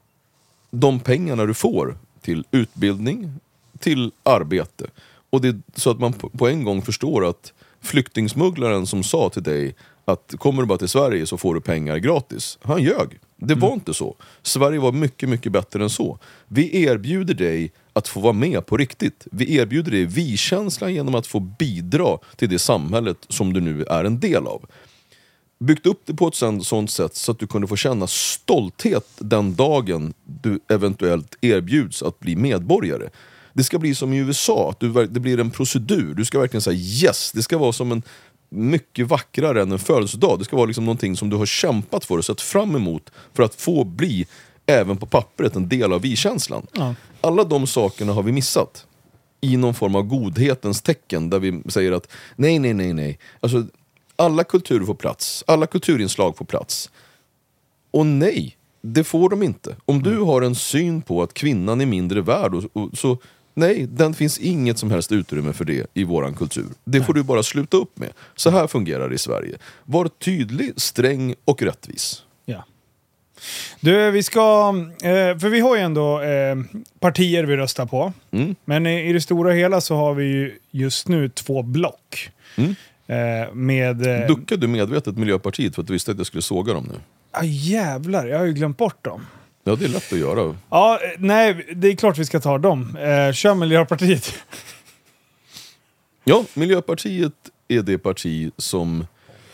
de pengarna du får till utbildning, till arbete. Och det, så att man på, på en gång förstår att flyktingsmugglaren som sa till dig att kommer du bara till Sverige så får du pengar gratis. Han ljög. Det var mm. inte så. Sverige var mycket, mycket bättre än så. Vi erbjuder dig att få vara med på riktigt. Vi erbjuder dig vi-känslan genom att få bidra till det samhället som du nu är en del av. Byggt upp det på ett sånt sätt så att du kunde få känna stolthet den dagen du eventuellt erbjuds att bli medborgare. Det ska bli som i U S A, att du, det blir en procedur. Du ska verkligen säga yes, det ska vara som en mycket vackrare än en födelsedag. Det ska vara liksom någonting som du har kämpat för och sett fram emot för att få bli, även på pappret, en del av vi-känslan. Ja. Alla de sakerna har vi missat i någon form av godhetens tecken där vi säger att nej, nej, nej, nej. Alltså, alla kulturer får plats. Alla kulturinslag får plats. Och nej, det får de inte. Om du har en syn på att kvinnan är mindre värd och, och, så nej, den finns inget som helst utrymme för det i våran kultur. Det får du bara sluta upp med. Så här fungerar det i Sverige. Var tydlig, sträng och rättvis. Ja. Du, vi ska... Eh, för vi har ju ändå eh, partier vi röstar på. Mm. Men i, i det stora hela så har vi ju just nu två block. Mm. Eh, med... Eh, Duckade du medvetet Miljöpartiet för att du visste att jag skulle såga dem nu? Ah, jävlar, jag har ju glömt bort dem. Ja, det är lätt att göra. Ja, nej, det är klart vi ska ta dem. Eh, kör Miljöpartiet. Ja, Miljöpartiet är det parti som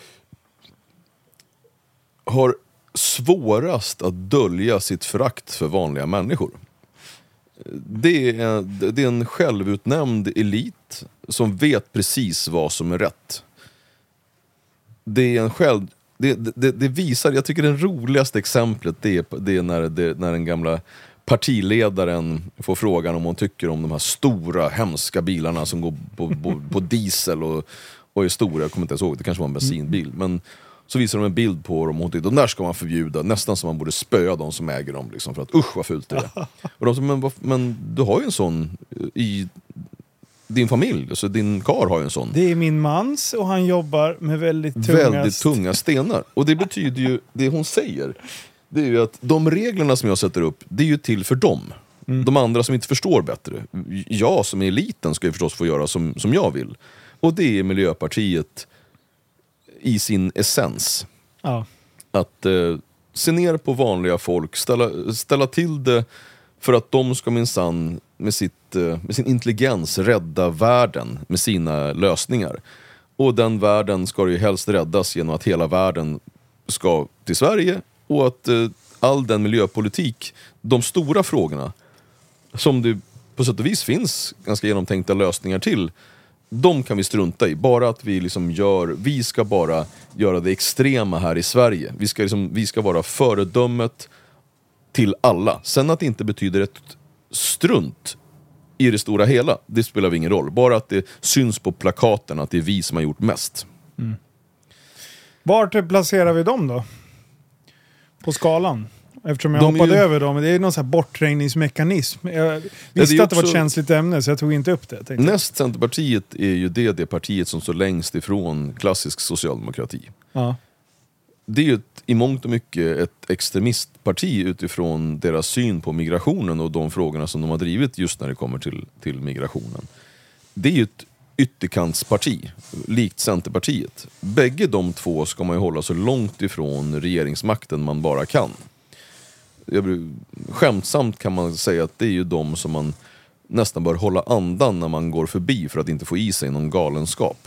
har svårast att dölja sitt förakt för vanliga människor. Det är, det är en självutnämnd elit som vet precis vad som är rätt. Det är en själv... Det, det, det visar, jag tycker det roligaste exemplet det är, det är när, det, när den gamla partiledaren får frågan om hon tycker om de här stora, hemska bilarna som går på, på, på diesel och, och är stora. Jag kommer inte ens ihåg, det kanske var en bensinbil. Men så visar de en bild på dem och hon tyckte att där ska man förbjuda, nästan som man borde spöa de som äger dem. Liksom, för att usch vad fult det är. Och de sa, men, men du har ju en sån i... din familj, alltså din kar har ju en sån. Det är min mans och han jobbar med väldigt tunga, väldigt tunga stenar. Och det betyder ju, det hon säger, det är ju att de reglerna som jag sätter upp, det är ju till för dem. Mm. De andra som inte förstår bättre. Jag som är eliten ska ju förstås få göra som, som jag vill. Och det är Miljöpartiet i sin essens. Ja. Att eh, se ner på vanliga folk, ställa, ställa till det för att de ska minsann med, sitt, med sin intelligens rädda världen med sina lösningar. Och den världen ska ju helst räddas genom att hela världen ska till Sverige och att eh, all den miljöpolitik, de stora frågorna som det på sätt och vis finns ganska genomtänkta lösningar till, de kan vi strunta i. Bara att vi liksom gör, vi ska bara göra det extrema här i Sverige. Vi ska, liksom, vi ska vara föredömet till alla. Sen att det inte betyder ett strunt i det stora hela, det spelar ingen roll. Bara att det syns på plakaten att det är vi som har gjort mest. Mm. Vart placerar vi dem då? På skalan? Eftersom jag De är hoppade ju- över dem. Det är någon sån här bortträngningsmekanism. Jag visste ju att det var ett också- känsligt ämne så jag tog inte upp det. tänkte jag. Näst Centerpartiet är ju det, det partiet som står längst ifrån klassisk socialdemokrati. Ja. Det är ju ett, i mångt och mycket ett extremistparti utifrån deras syn på migrationen och de frågorna som de har drivit just när det kommer till, till migrationen. Det är ju ett ytterkantsparti, likt Centerpartiet. Bägge de två ska man ju hålla så långt ifrån regeringsmakten man bara kan. Jag, bru- skämtsamt kan man säga att det är ju de som man nästan bör hålla andan när man går förbi för att inte få i sig någon galenskap.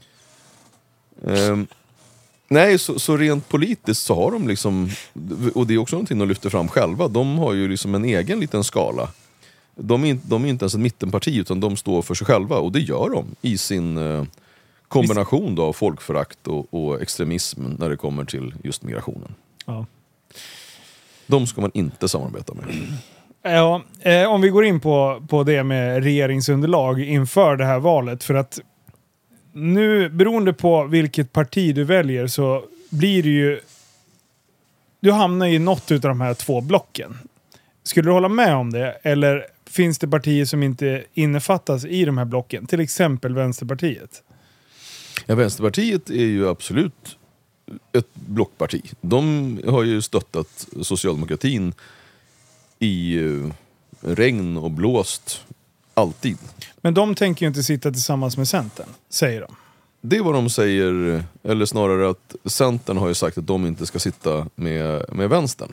Ehm, nej, så, så rent politiskt så har de liksom, och det är också någonting de lyfter fram själva, de har ju liksom en egen liten skala. De är, inte- de är inte ens ett mittenparti utan de står för sig själva och det gör de i sin eh, kombination då av folkförakt och, och extremism när det kommer till just migrationen. Ja. De ska man inte samarbeta med. Ja, eh, om vi går in på, på det med regeringsunderlag inför det här valet. För att nu, beroende på vilket parti du väljer så blir det ju... Du hamnar i något av de här två blocken. Skulle du hålla med om det? Eller finns det partier som inte innefattas i de här blocken? Till exempel Vänsterpartiet. Ja, Vänsterpartiet är ju absolut ett blockparti. De har ju stöttat socialdemokratin i eh, regn och blåst alltid. Men de tänker ju inte sitta tillsammans med Centern, säger de. Det är vad de säger, eller snarare att Centern har ju sagt att de inte ska sitta med, med vänstern.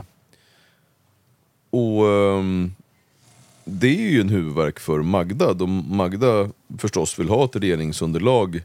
Och ehm, det är ju en huvudvärk för Magda. De, Magda förstås vill ha ett regeringsunderlag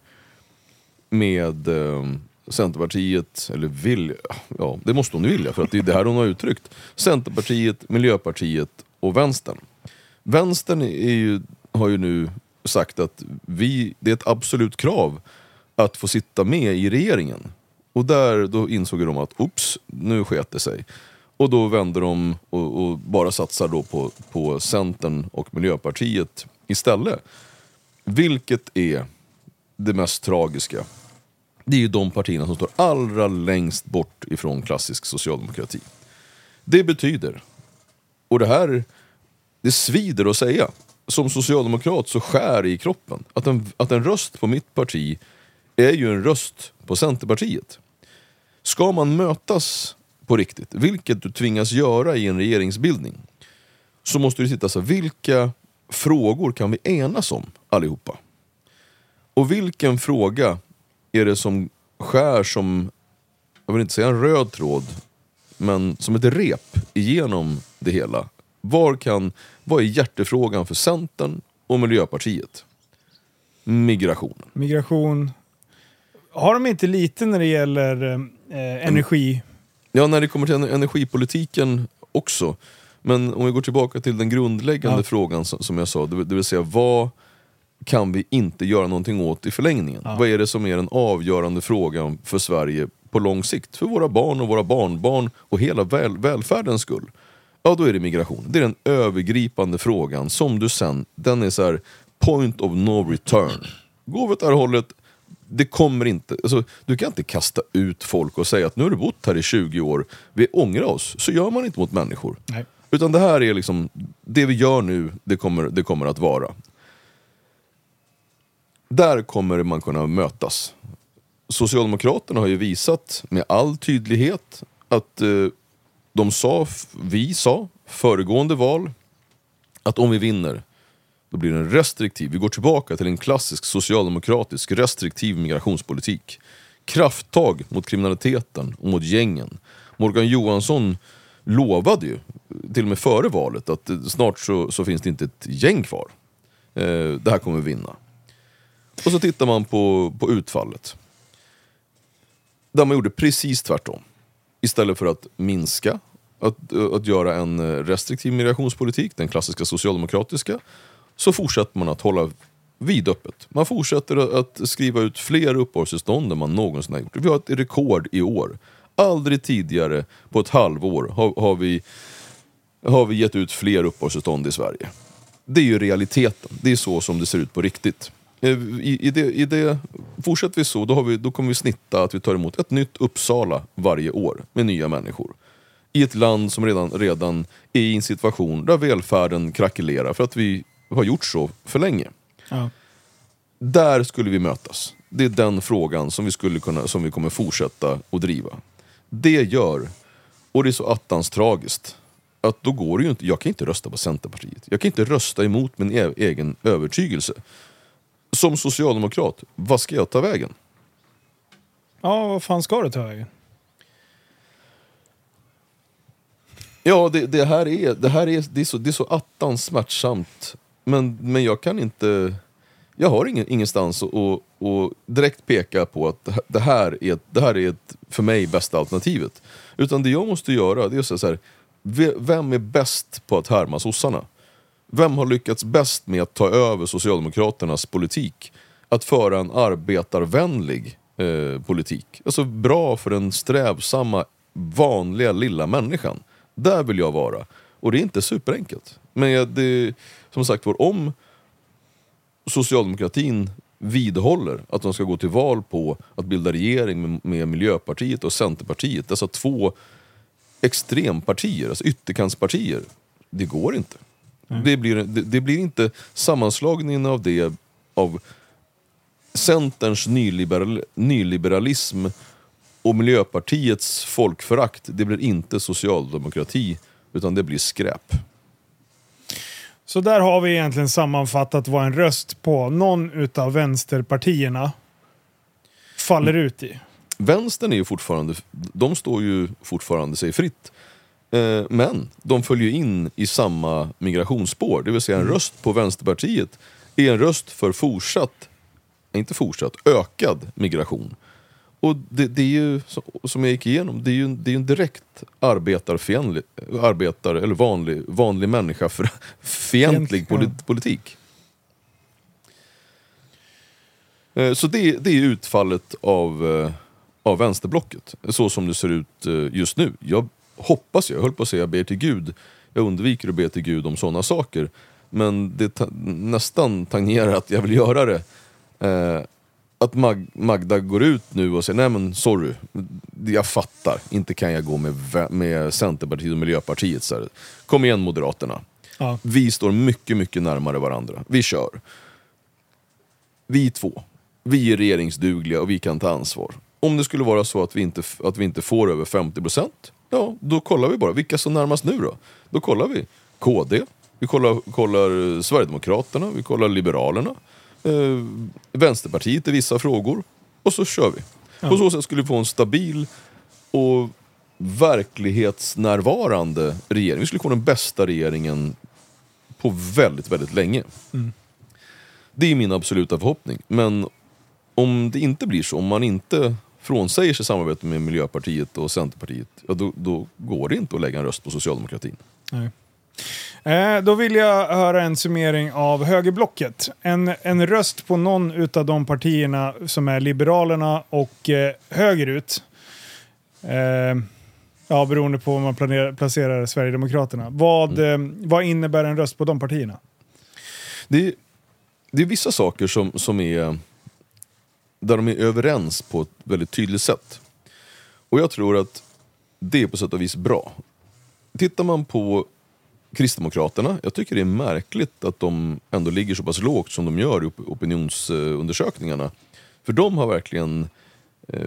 med ehm, Centerpartiet, eller vill, ja det måste hon vilja för att det är det här hon har uttryckt. Centerpartiet, Miljöpartiet och Vänstern. Vänstern är ju, har ju nu sagt att vi, det är ett absolut krav att få sitta med i regeringen. Och där då insåg de att ups, nu sket det sig. Och då vänder de och, och bara satsar då på, på Centern och Miljöpartiet istället. Vilket är det mest tragiska. Det är ju de partierna som står allra längst bort ifrån klassisk socialdemokrati. Det betyder, och det här, det svider att säga, som socialdemokrat så skär i kroppen, att en, att en röst på mitt parti är ju en röst på Centerpartiet. Ska man mötas på riktigt, vilket du tvingas göra i en regeringsbildning, så måste du titta så, vilka frågor kan vi enas om allihopa? Och vilken fråga är det som skär som, jag vill inte säga en röd tråd, men som ett rep igenom det hela? Var kan, vad är hjärtefrågan för Centern och Miljöpartiet? Migrationen. Migration. Har de inte lite när det gäller eh, energi? Ja, när det kommer till energipolitiken också. Men om vi går tillbaka till den grundläggande Ja. frågan som, som jag sa, det, det vill säga vad kan vi inte göra någonting åt i förlängningen? Ja. Vad är det som är den avgörande frågan för Sverige på lång sikt? För våra barn och våra barnbarn och hela väl, välfärdens skull. Ja, då är det migration. Det är den övergripande frågan som du sen, den är så här point of no return. Gå åt det här hållet, det kommer inte, alltså, du kan inte kasta ut folk och säga att nu har du bott här i tjugo år, vi ångrar oss. Så gör man inte mot människor. Nej. Utan det här är liksom, det vi gör nu, det kommer, det kommer att vara. Där kommer man kunna mötas. Socialdemokraterna har ju visat med all tydlighet att eh, de sa, vi sa, föregående val, att om vi vinner, då blir det en restriktiv, vi går tillbaka till en klassisk socialdemokratisk restriktiv migrationspolitik. Krafttag mot kriminaliteten och mot gängen. Morgan Johansson lovade ju, till och med före valet, att snart så, så finns det inte ett gäng kvar. Eh, det här kommer vi vinna. Och så tittar man på, på utfallet. Där man gjorde precis tvärtom. Istället för att minska, att, att göra en restriktiv migrationspolitik, den klassiska socialdemokratiska, så fortsätter man att hålla vidöppet. Man fortsätter att skriva ut fler uppehållstillstånd än man någonsin har gjort. Vi har ett rekord i år. Aldrig tidigare på ett halvår har, har, vi, har vi gett ut fler uppehållstillstånd i Sverige. Det är ju realiteten. Det är så som det ser ut på riktigt. I, i, det, i det, fortsätter vi så, då, har vi, då kommer vi snitta att vi tar emot ett nytt Uppsala varje år med nya människor. i ett land som redan, redan är i en situation där välfärden krackelerar för att vi har gjort så för länge. Ja. Där skulle vi mötas. Det är den frågan som vi, skulle kunna, som vi kommer fortsätta att driva. Det gör, och det är så attans tragiskt, att då går det ju inte, jag kan inte rösta på Centerpartiet. Jag kan inte rösta emot min e- egen övertygelse. Som socialdemokrat, vad ska jag ta vägen? Ja, vad fan ska du ta vägen? Ja, det, det här är, det här är, det är, så, det är så attans smärtsamt. Men, men jag kan inte... Jag har ingen, ingenstans att och, och direkt peka på att det här är, ett, det här är ett, för mig, bästa alternativet. Utan det jag måste göra, det är att säga så här, vem är bäst på att härma sossarna? Vem har lyckats bäst med att ta över Socialdemokraternas politik? Att föra en arbetarvänlig eh, politik. Alltså bra för den strävsamma, vanliga lilla människan. Där vill jag vara. Och det är inte superenkelt. Men jag, det, som sagt var, om socialdemokratin vidhåller att de ska gå till val på att bilda regering med, med Miljöpartiet och Centerpartiet, dessa två extrempartier, alltså ytterkantspartier, det går inte. Mm. Det, blir, det, det blir inte sammanslagningen av det, av Centerns nyliberal, nyliberalism och Miljöpartiets folkförakt. Det blir inte socialdemokrati, utan det blir skräp. Så där har vi egentligen sammanfattat vad en röst på någon utav vänsterpartierna faller ut i. Vänstern är ju fortfarande, de står ju fortfarande sig fritt. Eh, men de följer in i samma migrationsspår. Det vill säga en mm. röst på Vänsterpartiet är en röst för fortsatt, inte fortsatt, ökad migration. Och det, det är ju, som jag gick igenom, det är ju, det är ju en direkt arbetarfientlig, arbetar, eller vanlig, vanlig människa för, fientlig polit, politik. Eh, så det, det är utfallet av, eh, av vänsterblocket, så som det ser ut eh, just nu. Jag hoppas, jag höll på att säga, jag ber till Gud. Jag undviker att be till Gud om sådana saker. Men det ta- nästan tangerar att jag vill göra det. Eh, att Mag- Magda går ut nu och säger, nej men sorry, jag fattar. Inte kan jag gå med, med Centerpartiet och Miljöpartiet. Så här. Kom igen Moderaterna. Ja. Vi står mycket, mycket närmare varandra. Vi kör. Vi två. Vi är regeringsdugliga och vi kan ta ansvar. Om det skulle vara så att vi inte, att vi inte får över femtio procent, ja, då kollar vi bara. Vilka som närmast nu då? Då kollar vi K D, vi kollar, kollar Sverigedemokraterna, vi kollar Liberalerna, eh, Vänsterpartiet i vissa frågor, och så kör vi. Ja. På så sätt skulle vi få en stabil och verklighetsnärvarande regering. Vi skulle få den bästa regeringen på väldigt, väldigt länge. Mm. Det är min absoluta förhoppning. Men om det inte blir så, om man inte frånsäger sig samarbete med Miljöpartiet och Centerpartiet, ja, då, då går det inte att lägga en röst på socialdemokratin. Nej. Eh, då vill jag höra en summering av högerblocket. En, en röst på någon utav de partierna som är Liberalerna och eh, högerut. Eh, ja, beroende på vad man planerar, placerar Sverigedemokraterna. Vad, mm. eh, vad innebär en röst på de partierna? Det är, det är vissa saker som, som är där de är överens på ett väldigt tydligt sätt. Och jag tror att det är på sätt och vis bra. Tittar man på Kristdemokraterna, jag tycker det är märkligt att de ändå ligger så pass lågt som de gör i opinionsundersökningarna. För de har verkligen eh,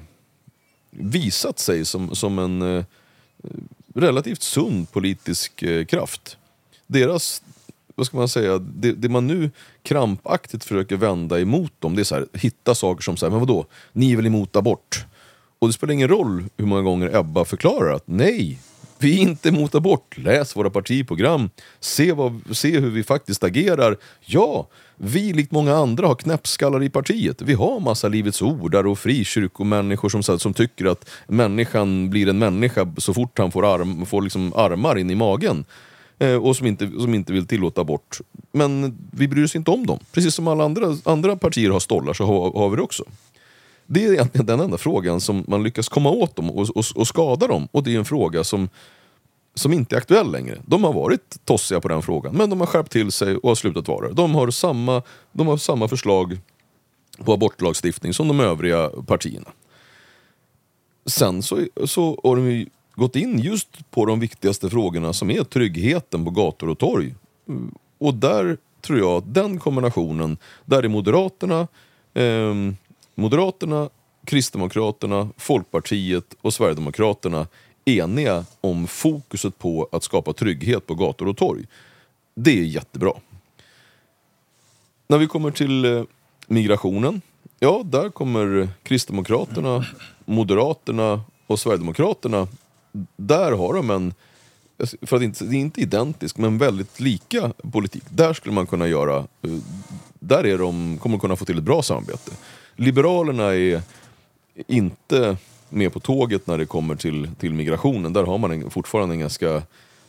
visat sig som, som en eh, relativt sund politisk eh, kraft. Deras, vad ska man säga, det, det man nu krampaktigt försöker vända emot dem, det är så här, hitta saker som så här, men vadå, ni är väl emot abort? Och det spelar ingen roll hur många gånger Ebba förklarar att nej, vi är inte emot abort. Läs våra partiprogram, se, vad, se hur vi faktiskt agerar. Ja, vi likt många andra har knäppskallar i partiet. Vi har massa Livets ordar och frikyrkomänniskor som, som tycker att människan blir en människa så fort han får, arm, får liksom armar in i magen. Och som inte, som inte vill tillåta abort. Men vi bryr oss inte om dem. Precis som alla andra, andra partier har stollar, så har, har vi det också. Det är egentligen den enda frågan som man lyckas komma åt dem och, och, och skada dem. Och det är en fråga som, som inte är aktuell längre. De har varit tossiga på den frågan, men de har skärpt till sig och har slutat vara. De har samma, de har samma förslag på abortlagstiftning som de övriga partierna. Sen så, så har de ju gått in just på de viktigaste frågorna som är tryggheten på gator och torg. Och där tror jag att den kombinationen, där är Moderaterna, eh, Moderaterna, Kristdemokraterna, Folkpartiet och Sverigedemokraterna eniga om fokuset på att skapa trygghet på gator och torg. Det är jättebra. När vi kommer till eh, migrationen, ja, där kommer Kristdemokraterna, Moderaterna och Sverigedemokraterna, där har de en, för att inte, det är inte identisk, men väldigt lika politik. Där skulle man kunna göra, där är de, kommer kunna få till ett bra samarbete. Liberalerna är inte med på tåget när det kommer till, till migrationen. Där har man en, fortfarande en ganska,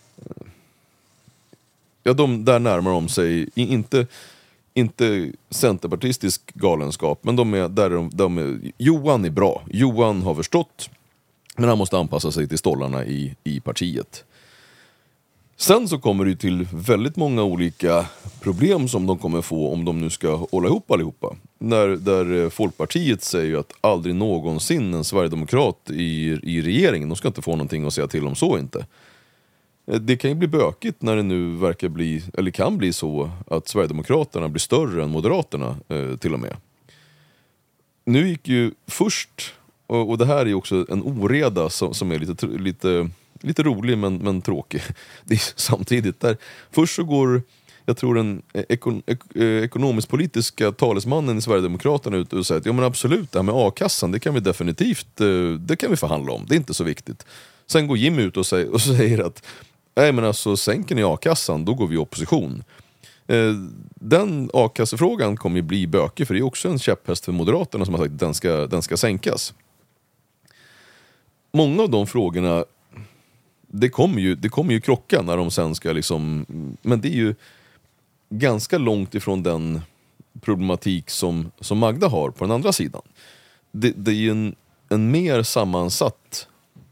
ja, de, där närmar de sig, inte inte centerpartistisk galenskap, men de är, där de, de är, Johan är bra. Johan har förstått, men han måste anpassa sig till stollarna i, i partiet. Sen så kommer det till väldigt många olika problem som de kommer få om de nu ska hålla ihop allihopa. När, där Folkpartiet säger ju att aldrig någonsin en sverigedemokrat i, i regeringen, de ska inte få någonting att säga till om, så inte. Det kan ju bli bökigt när det nu verkar bli, eller kan bli så, att Sverigedemokraterna blir större än Moderaterna eh, till och med. Nu gick ju först, och, och det här är ju också en oreda som, som är lite, lite, lite rolig men, men tråkig. Det är samtidigt där. Först så går, jag tror den ekon, ek, ekonomisk-politiska talesmannen i Sverigedemokraterna ut och säger att ja, men absolut, det här med a-kassan, det kan vi definitivt, det kan vi förhandla om, det är inte så viktigt. Sen går Jim ut och säger, och säger att nej, men alltså, sänker ni a-kassan, då går vi i opposition. Eh, den a-kassefrågan kommer ju bli bökig, för det är också en käpphäst för Moderaterna som har sagt att den ska, den ska sänkas. Många av de frågorna, det kommer ju, det kommer ju krocka när de sen ska liksom, men det är ju ganska långt ifrån den problematik som, som Magda har på den andra sidan. Det, det är ju en, en mer sammansatt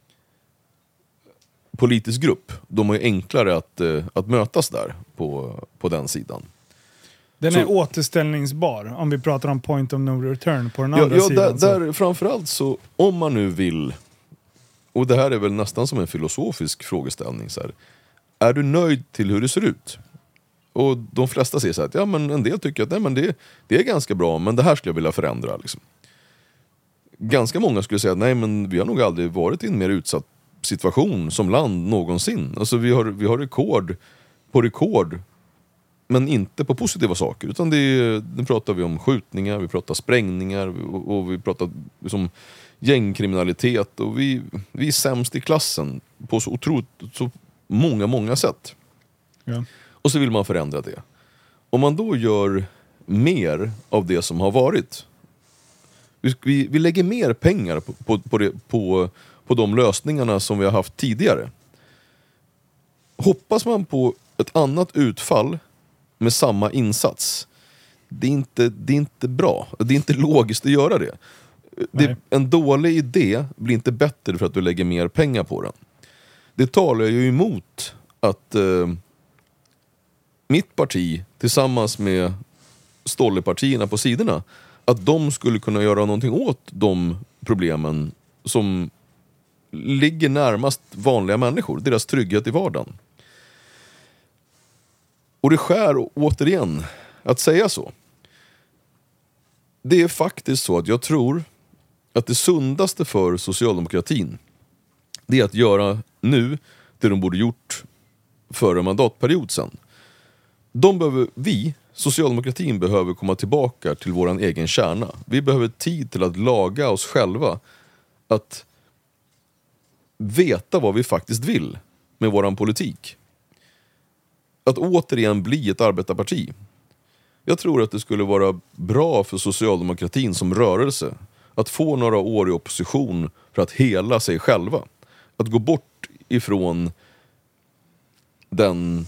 politisk grupp. De är enklare att, att mötas där på, på den sidan. Den så, är återställningsbar om vi pratar om point of no return på den ja, andra ja, sidan. Där, där, framförallt så, om man nu vill, och det här är väl nästan som en filosofisk frågeställning så här, är du nöjd till hur det ser ut? Och de flesta säger så här att ja, men en del tycker att nej, men det, det är ganska bra, men det här skulle jag vilja förändra liksom. Ganska många skulle säga att nej, men vi har nog aldrig varit i en mer utsatt situation som land någonsin. Alltså vi har, vi har rekord på rekord, men inte på positiva saker, utan det är, nu pratar vi om skjutningar, vi pratar sprängningar och, och vi pratar liksom gängkriminalitet, och vi, vi är sämst i klassen på så otroligt så många, många sätt. Ja. Och så vill man förändra det. Om man då gör mer av det som har varit, vi, vi, vi lägger mer pengar på, på, på, det, på på de lösningarna som vi har haft tidigare. Hoppas man på ett annat utfall med samma insats, det är inte, det är inte bra. Det är inte logiskt att göra det. det. En dålig idé blir inte bättre för att du lägger mer pengar på den. Det talar ju emot att eh, mitt parti tillsammans med stollepartierna på sidorna, att de skulle kunna göra någonting åt de problemen som ligger närmast vanliga människor, deras trygghet i vardagen. Och det skär återigen att säga så. Det är faktiskt så att jag tror att det sundaste för socialdemokratin, det är att göra nu det de borde gjort förra mandatperiod sen. De behöver, vi, socialdemokratin, behöver komma tillbaka till våran egen kärna. Vi behöver tid till att laga oss själva, att veta vad vi faktiskt vill med våran politik. Att återigen bli ett arbetarparti. Jag tror att det skulle vara bra för socialdemokratin som rörelse att få några år i opposition för att hela sig själva. Att gå bort ifrån den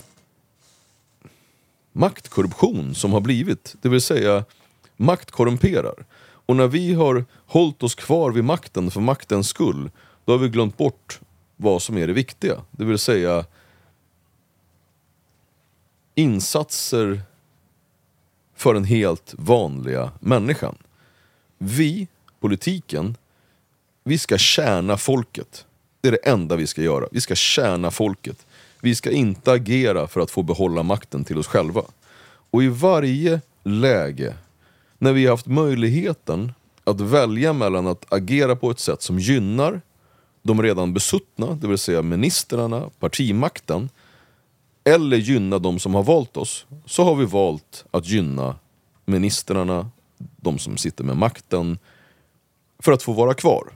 maktkorruption som har blivit. Det vill säga, makt korrumperar. Och när vi har hållit oss kvar vid makten för maktens skull, då har vi glömt bort vad som är det viktiga. Det vill säga insatser för den helt vanliga människan. Vi, politiken, vi ska tjäna folket. Det är det enda vi ska göra. Vi ska tjäna folket. Vi ska inte agera för att få behålla makten till oss själva. Och i varje läge, när vi har haft möjligheten att välja mellan att agera på ett sätt som gynnar de redan besuttna, det vill säga ministrarna, partimakten, eller gynna de som har valt oss, så har vi valt att gynna ministrarna, de som sitter med makten, för att få vara kvar.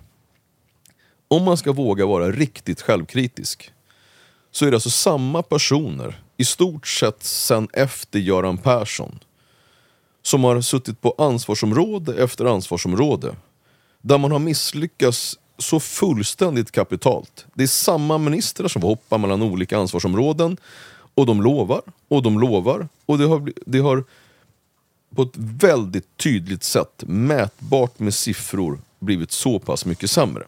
Om man ska våga vara riktigt självkritisk, så är det alltså samma personer, i stort sett sen efter Göran Persson, som har suttit på ansvarsområde efter ansvarsområde, där man har misslyckats så fullständigt kapitalt. Det är samma ministrar som hoppar mellan olika ansvarsområden, och de lovar, och de lovar, och det har, det har på ett väldigt tydligt sätt, mätbart med siffror, blivit så pass mycket sämre.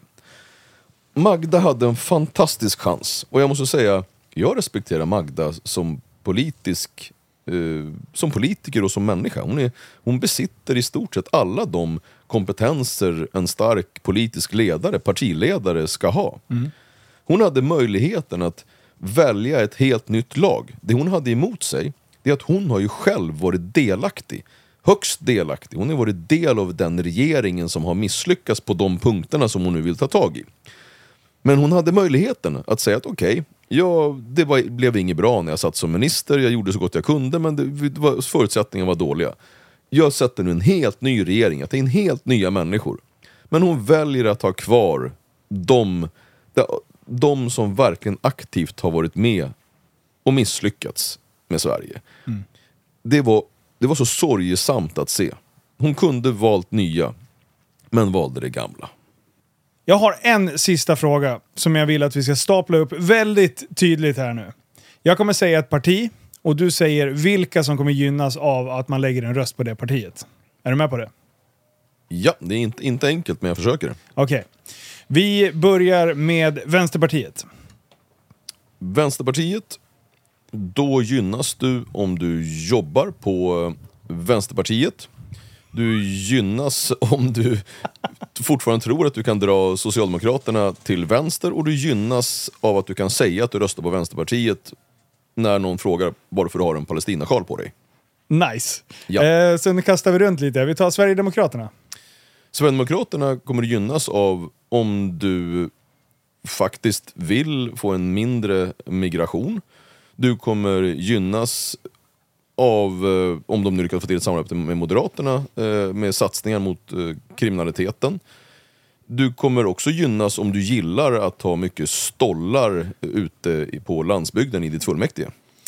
Magda hade en fantastisk chans, och jag måste säga, jag respekterar Magda som politisk eh, som politiker och som människa. Hon, är, hon besitter i stort sett alla de kompetenser en stark politisk ledare, partiledare, ska ha. Mm. Hon hade möjligheten att välja ett helt nytt lag. Det hon hade emot sig, det är att hon har ju själv varit delaktig. Högst delaktig. Hon har varit del av den regeringen som har misslyckats på de punkterna som hon nu vill ta tag i. Men hon hade möjligheten att säga att okej, okay, ja, det var, blev inget bra när jag satt som minister. Jag gjorde så gott jag kunde, men det, det var, förutsättningarna var dåliga. Jag sätter nu en helt ny regering. Jag tar in helt nya människor. Men hon väljer att ha kvar de, de, de som verkligen aktivt har varit med och misslyckats med Sverige. Mm. Det var, det var så sorgesamt att se. Hon kunde valt nya, men valde det gamla. Jag har en sista fråga som jag vill att vi ska stapla upp väldigt tydligt här nu. Jag kommer säga ett parti, och du säger vilka som kommer gynnas av att man lägger en röst på det partiet. Är du med på det? Ja, det är inte, inte enkelt, men jag försöker. Okej. Okay. Vi börjar med Vänsterpartiet. Vänsterpartiet, då gynnas du om du jobbar på Vänsterpartiet. Du gynnas om du fortfarande tror att du kan dra Socialdemokraterna till vänster, och du gynnas av att du kan säga att du röstar på Vänsterpartiet när någon frågar varför du har en Palestinasjal på dig. Nice. Ja. Eh, sen kastar vi runt lite. Vi tar Sverigedemokraterna. Sverigedemokraterna kommer gynnas av om du faktiskt vill få en mindre migration. Du kommer gynnas av, eh, om de nu lyckas få till ett samarbete med Moderaterna, eh, med satsningar mot eh, kriminaliteten. Du kommer också gynnas om du gillar att ha mycket stollar ute på landsbygden i ditt fullmäktige.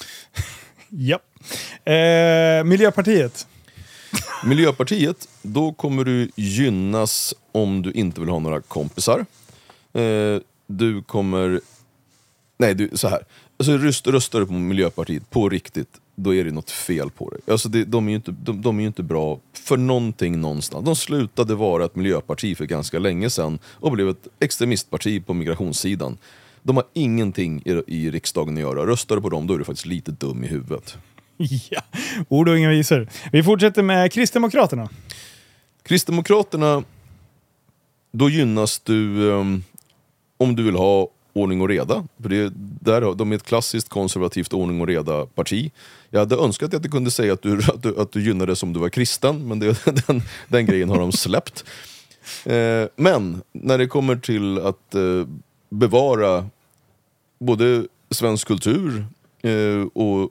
Ja. Eh, Miljöpartiet. Miljöpartiet, då kommer du gynnas om du inte vill ha några kompisar. Eh, du kommer... Nej, du, så här. Alltså, röst, röstar du på Miljöpartiet på riktigt, då är det något fel på det. Alltså det, de, är ju inte, de, de är ju inte bra för någonting någonstans. De slutade vara ett miljöparti för ganska länge sedan och blev ett extremistparti på migrationssidan. De har ingenting i, i riksdagen att göra. Röstar du på dem, då är du faktiskt lite dum i huvudet. Ja, ord och inga visor. Vi fortsätter med Kristdemokraterna. Kristdemokraterna, då gynnas du um, om du vill ha ordning och reda. För det, där, de är ett klassiskt konservativt ordning och reda parti. Jag hade önskat att jag kunde säga att du, att du, att du gynnade som du var kristen, men det, den, den grejen har de släppt. Eh, men när det kommer till att eh, bevara både svensk kultur eh, och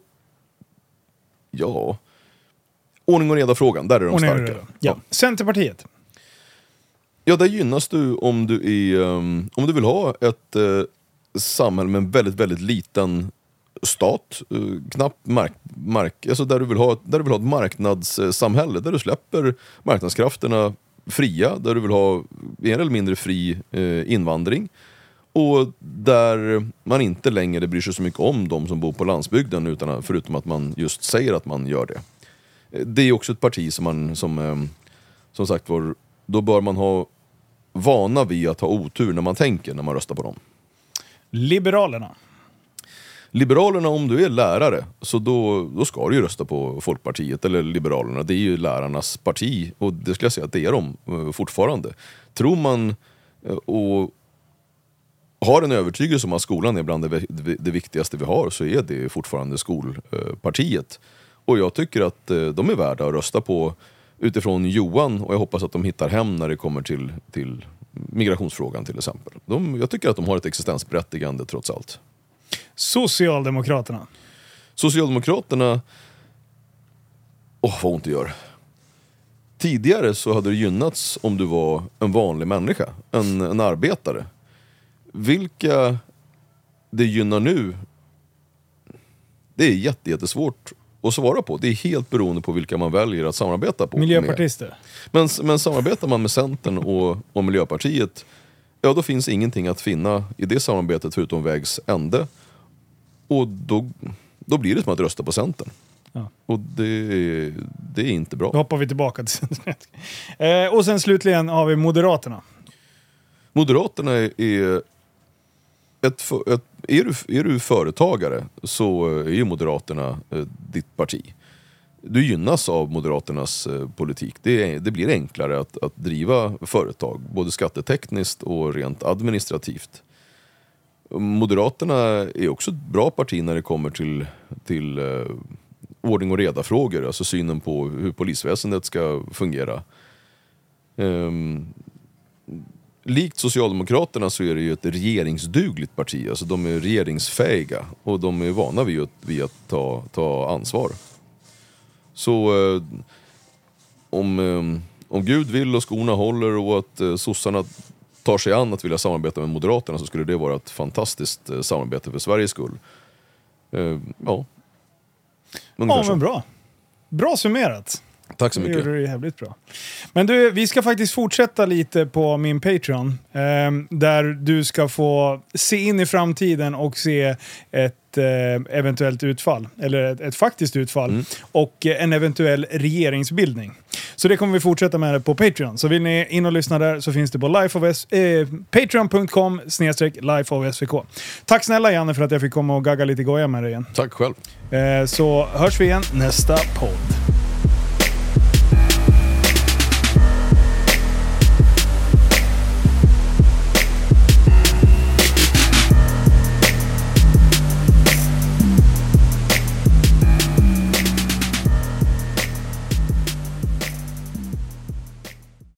ja, ordning och reda frågan, där är de starka. Ja. Ja. Centerpartiet. Ja, där gynnas du om du, är, um, om du vill ha ett uh, samhälle med en väldigt, väldigt liten stat, uh, knappt mark, mark, alltså där du vill ha, där du vill ha ett marknadssamhälle, där du släpper marknadskrafterna fria, där du vill ha mer eller mindre fri uh, invandring, och där man inte längre bryr sig så mycket om de som bor på landsbygden, utan, förutom att man just säger att man gör det. Det är också ett parti som man, som, um, som sagt var, då bör man ha vana vid att ha otur när man tänker när man röstar på dem. Liberalerna. Liberalerna, om du är lärare, så då, då ska du ju rösta på Folkpartiet eller Liberalerna. Det är ju lärarnas parti, och det skulle jag säga att det är de fortfarande. Tror man och har en övertygelse om att skolan är bland det, det, det viktigaste vi har, så är det fortfarande skolpartiet. Och jag tycker att de är värda att rösta på utifrån Johan, och jag hoppas att de hittar hem när det kommer till, till migrationsfrågan till exempel. De, jag tycker att de har ett existensberättigande trots allt. Socialdemokraterna. Socialdemokraterna... Åh, oh, vad ont det gör. Tidigare så hade det gynnats om du var en vanlig människa, en, en arbetare. Vilka det gynnar nu, det är jätte, jättesvårt att svara på. Det är helt beroende på vilka man väljer att samarbeta på. Miljöpartister. Men, men samarbetar man med Centern och, och Miljöpartiet, ja, då finns ingenting att finna i det samarbetet förutom vägs ände. Och då, då blir det som att rösta på Centern. Ja. Och det, det är inte bra. Då hoppar vi tillbaka till eh, Och sen slutligen har vi Moderaterna. Moderaterna är... är ett, ett, är, du, är du företagare så är ju Moderaterna eh, ditt parti. Du gynnas av Moderaternas eh, politik. Det, är, det blir enklare att, att driva företag, både skattetekniskt och rent administrativt. Moderaterna är också ett bra parti när det kommer till, till eh, ordning och reda frågor, alltså synen på hur polisväsendet ska fungera. Um, likt Socialdemokraterna så är det ju ett regeringsdugligt parti, alltså de är regeringsfähiga och de är vana vid att, vid att ta, ta ansvar. Så uh, om, um, om Gud vill och skorna håller och att uh, sossarna tar sig an att vilja samarbeta med Moderaterna, så skulle det vara ett fantastiskt uh, samarbete för Sveriges skull. Uh, ja. Ja, men bra. Bra summerat. Tack så mycket. Det gjorde du jävligt bra. Men du, vi ska faktiskt fortsätta lite på min Patreon. Eh, där du ska få se in i framtiden och se ett eh, eventuellt utfall. Eller ett, ett faktiskt utfall. Mm. Och eh, en eventuell regeringsbildning. Så det kommer vi fortsätta med på Patreon. Så vill ni in och lyssna där så finns det på lifeofs, eh, patreon punkt com snedstreck lifeofsvk. Tack snälla Janne för att jag fick komma och gagga lite goja med dig igen. Tack själv. Eh, så hörs vi igen nästa podd.